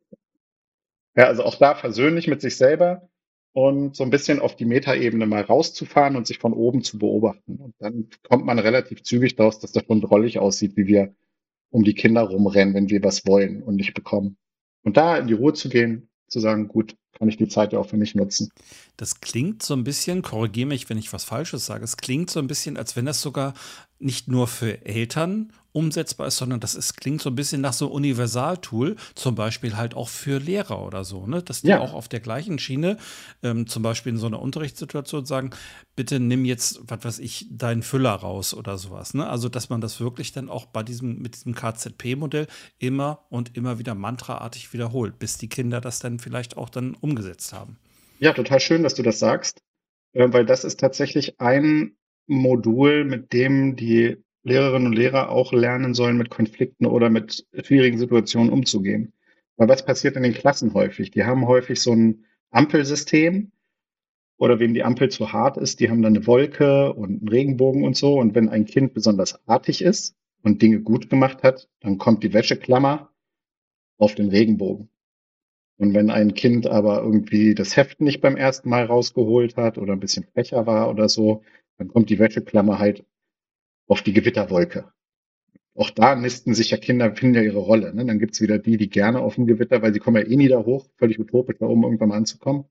Ja, also auch da versöhnlich mit sich selber und so ein bisschen auf die Metaebene mal rauszufahren und sich von oben zu beobachten. Und dann kommt man relativ zügig daraus, dass das schon drollig aussieht, wie wir um die Kinder rumrennen, wenn wir was wollen und nicht bekommen. Und da in die Ruhe zu gehen, zu sagen, gut, kann ich die Zeit ja auch für mich nutzen. Das klingt so ein bisschen, korrigiere mich, wenn ich was Falsches sage, es klingt so ein bisschen, als wenn das sogar nicht nur für Eltern umsetzbar ist, sondern das ist, klingt so ein bisschen nach so einem Universaltool, zum Beispiel halt auch für Lehrer oder so, ne? Dass die Ja. auch auf der gleichen Schiene, ähm, zum Beispiel in so einer Unterrichtssituation sagen, bitte nimm jetzt, was weiß ich, deinen Füller raus oder sowas, ne? Also, dass man das wirklich dann auch bei diesem, mit diesem K Z P-Modell immer und immer wieder mantraartig wiederholt, bis die Kinder das dann vielleicht auch dann umgesetzt haben. Ja, total schön, dass du das sagst, äh, weil das ist tatsächlich ein Modul, mit dem die Lehrerinnen und Lehrer auch lernen sollen, mit Konflikten oder mit schwierigen Situationen umzugehen. Weil was passiert in den Klassen häufig? Die haben häufig so ein Ampelsystem oder wem die Ampel zu hart ist, die haben dann eine Wolke und einen Regenbogen und so. Und wenn ein Kind besonders artig ist und Dinge gut gemacht hat, dann kommt die Wäscheklammer auf den Regenbogen. Und wenn ein Kind aber irgendwie das Heft nicht beim ersten Mal rausgeholt hat oder ein bisschen frecher war oder so, dann kommt die Wäscheklammer halt auf die Gewitterwolke. Auch da nisten sich ja Kinder, finden ja ihre Rolle. Ne? Dann gibt's wieder die, die gerne auf dem Gewitter, weil sie kommen ja eh nie da hoch, völlig utopisch, da oben irgendwann mal anzukommen.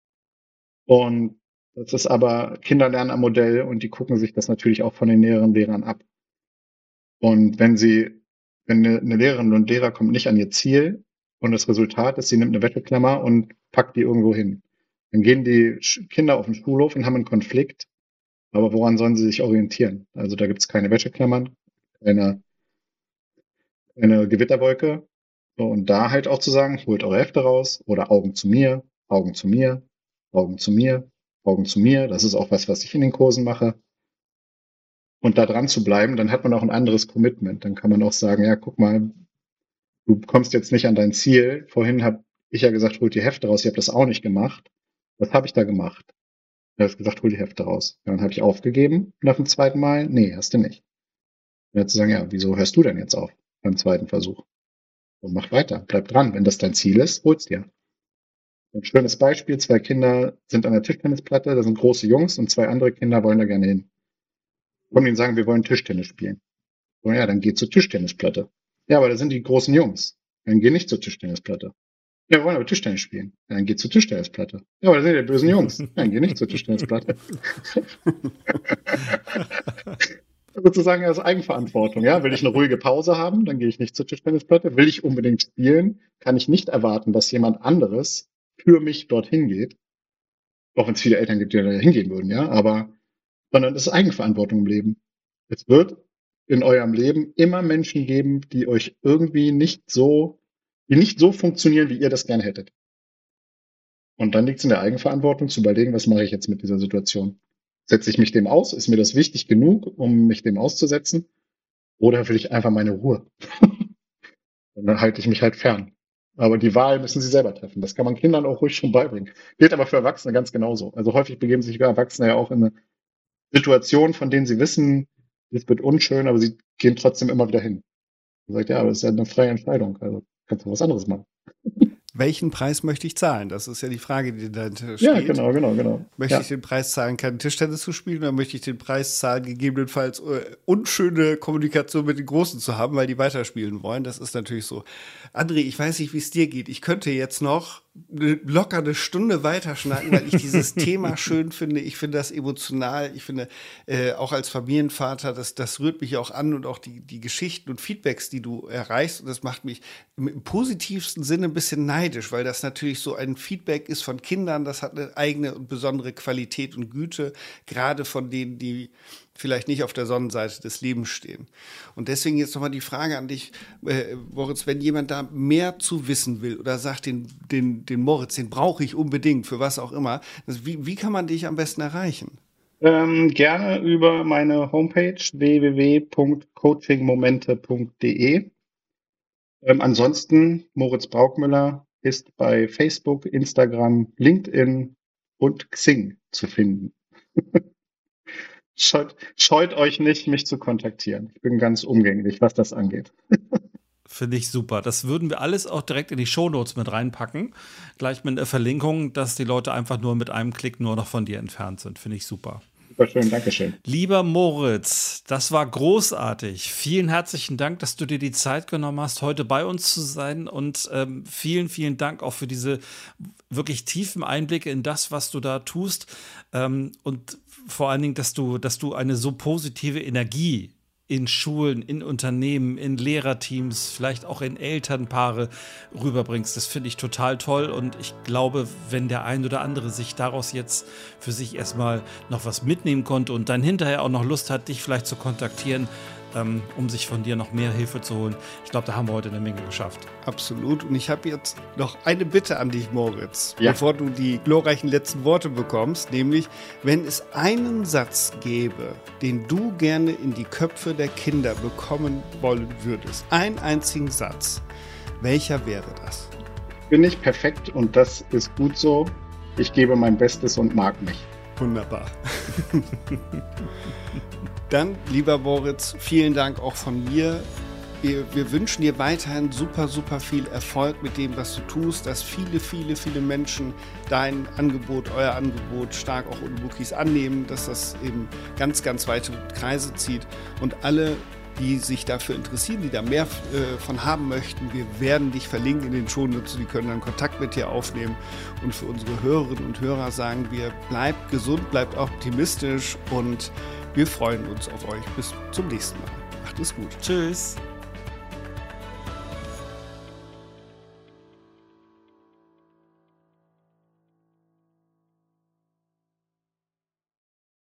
Und das ist aber, Kinder lernen am Modell und die gucken sich das natürlich auch von den näheren Lehrern ab. Und wenn sie, wenn eine, eine Lehrerin und Lehrer kommt nicht an ihr Ziel und das Resultat ist, sie nimmt eine Wäscheklammer und packt die irgendwo hin. Dann gehen die Sch- Kinder auf den Schulhof und haben einen Konflikt. Aber woran sollen sie sich orientieren? Also da gibt's keine Wäscheklammern, keine, keine Gewitterwolke. So, und da halt auch zu sagen, holt eure Hefte raus oder Augen zu mir, Augen zu mir, Augen zu mir, Augen zu mir. Das ist auch was, was ich in den Kursen mache. Und da dran zu bleiben, dann hat man auch ein anderes Commitment. Dann kann man auch sagen, ja, guck mal, du kommst jetzt nicht an dein Ziel. Vorhin habe ich ja gesagt, holt die Hefte raus. Ich habe das auch nicht gemacht. Was habe ich da gemacht? Du hast gesagt, hol die Hefte raus. Ja, dann habe ich aufgegeben nach dem zweiten Mal. Nee, hast du nicht. Dann zu sagen, ja, wieso hörst du denn jetzt auf beim zweiten Versuch? Und mach weiter, bleib dran. Wenn das dein Ziel ist, hol's dir. Ein schönes Beispiel, zwei Kinder sind an der Tischtennisplatte, da sind große Jungs und zwei andere Kinder wollen da gerne hin. Kommen die und sagen, wir wollen Tischtennis spielen. So, ja, dann geh zur Tischtennisplatte. Ja, aber da sind die großen Jungs. Dann geh nicht zur Tischtennisplatte. Ja, wir wollen aber Tischtennis spielen. Ja, dann geh zur Tischtennisplatte. Ja, aber da sind die bösen Jungs. Ja, dann geh nicht zur Tischtennisplatte. Sozusagen als Eigenverantwortung. Ja, will ich eine ruhige Pause haben, dann gehe ich nicht zur Tischtennisplatte. Will ich unbedingt spielen, kann ich nicht erwarten, dass jemand anderes für mich dorthin geht. Auch wenn es viele Eltern gibt, die da hingehen würden, ja, aber sondern es ist Eigenverantwortung im Leben. Es wird in eurem Leben immer Menschen geben, die euch irgendwie nicht so, die nicht so funktionieren, wie ihr das gerne hättet. Und dann liegt es in der Eigenverantwortung zu überlegen, was mache ich jetzt mit dieser Situation? Setze ich mich dem aus? Ist mir das wichtig genug, um mich dem auszusetzen? Oder will ich einfach meine Ruhe? Und dann halte ich mich halt fern. Aber die Wahl müssen sie selber treffen. Das kann man Kindern auch ruhig schon beibringen. Gilt aber für Erwachsene ganz genauso. Also häufig begeben sich Erwachsene ja auch in eine Situation, von denen sie wissen, es wird unschön, aber sie gehen trotzdem immer wieder hin. Man sagt, ja, aber es ist ja eine freie Entscheidung. Also kannst du was anderes machen. Welchen Preis möchte ich zahlen? Das ist ja die Frage, die dahinter steht. Ja, genau, genau, genau. Möchte ja. ich den Preis zahlen, kein Tischtennis zu spielen, oder möchte ich den Preis zahlen, gegebenenfalls äh, unschöne Kommunikation mit den Großen zu haben, weil die weiterspielen wollen? Das ist natürlich so. André, ich weiß nicht, wie es dir geht. Ich könnte jetzt noch eine, locker eine Stunde weiterschnacken, weil ich dieses Thema schön finde. Ich finde das emotional. Ich finde, äh, auch als Familienvater, das, das rührt mich auch an und auch die, die Geschichten und Feedbacks, die du erreichst. Und das macht mich im, im positivsten Sinne ein bisschen neidisch, weil das natürlich so ein Feedback ist von Kindern. Das hat eine eigene und besondere Qualität und Güte, gerade von denen, die vielleicht nicht auf der Sonnenseite des Lebens stehen. Und deswegen jetzt nochmal die Frage an dich, äh, Moritz, wenn jemand da mehr zu wissen will oder sagt, den, den, den Moritz, den brauche ich unbedingt, für was auch immer, das, wie, wie kann man dich am besten erreichen? Ähm, gerne über meine Homepage w w w punkt coaching momente punkt d e. Ähm, ansonsten, Moritz Braukmüller ist bei Facebook, Instagram, LinkedIn und Xing zu finden. Scheut, scheut euch nicht, mich zu kontaktieren. Ich bin ganz umgänglich, was das angeht. Finde ich super. Das würden wir alles auch direkt in die Shownotes mit reinpacken. Gleich mit einer Verlinkung, dass die Leute einfach nur mit einem Klick nur noch von dir entfernt sind. Finde ich super. Super schön, Dankeschön. Lieber Moritz, das war großartig. Vielen herzlichen Dank, dass du dir die Zeit genommen hast, heute bei uns zu sein. Und ähm, vielen, vielen Dank auch für diese wirklich tiefen Einblicke in das, was du da tust. Ähm, und vor allen Dingen, dass du, dass du eine so positive Energie in Schulen, in Unternehmen, in Lehrerteams, vielleicht auch in Elternpaare rüberbringst. Das finde ich total toll und ich glaube, wenn der ein oder andere sich daraus jetzt für sich erstmal noch was mitnehmen konnte und dann hinterher auch noch Lust hat, dich vielleicht zu kontaktieren, ähm, um sich von dir noch mehr Hilfe zu holen. Ich glaube, da haben wir heute eine Menge geschafft. Absolut. Und ich habe jetzt noch eine Bitte an dich, Moritz, ja. bevor du die glorreichen letzten Worte bekommst, nämlich, wenn es einen Satz gäbe, den du gerne in die Köpfe der Kinder bekommen wollen würdest, einen einzigen Satz, welcher wäre das? Bin ich perfekt und das ist gut so. Ich gebe mein Bestes und mag mich. Wunderbar. Dann, lieber Moritz, vielen Dank auch von mir. Wir, wir wünschen dir weiterhin super, super viel Erfolg mit dem, was du tust, dass viele, viele, viele Menschen dein Angebot, euer Angebot stark auch ohne Bookies annehmen, dass das eben ganz, ganz weite Kreise zieht und alle, die sich dafür interessieren, die da mehr äh, von haben möchten, wir werden dich verlinken in den Shownotes, die können dann Kontakt mit dir aufnehmen und für unsere Hörerinnen und Hörer sagen wir, bleibt gesund, bleibt optimistisch und wir freuen uns auf euch. Bis zum nächsten Mal. Macht es gut. Tschüss.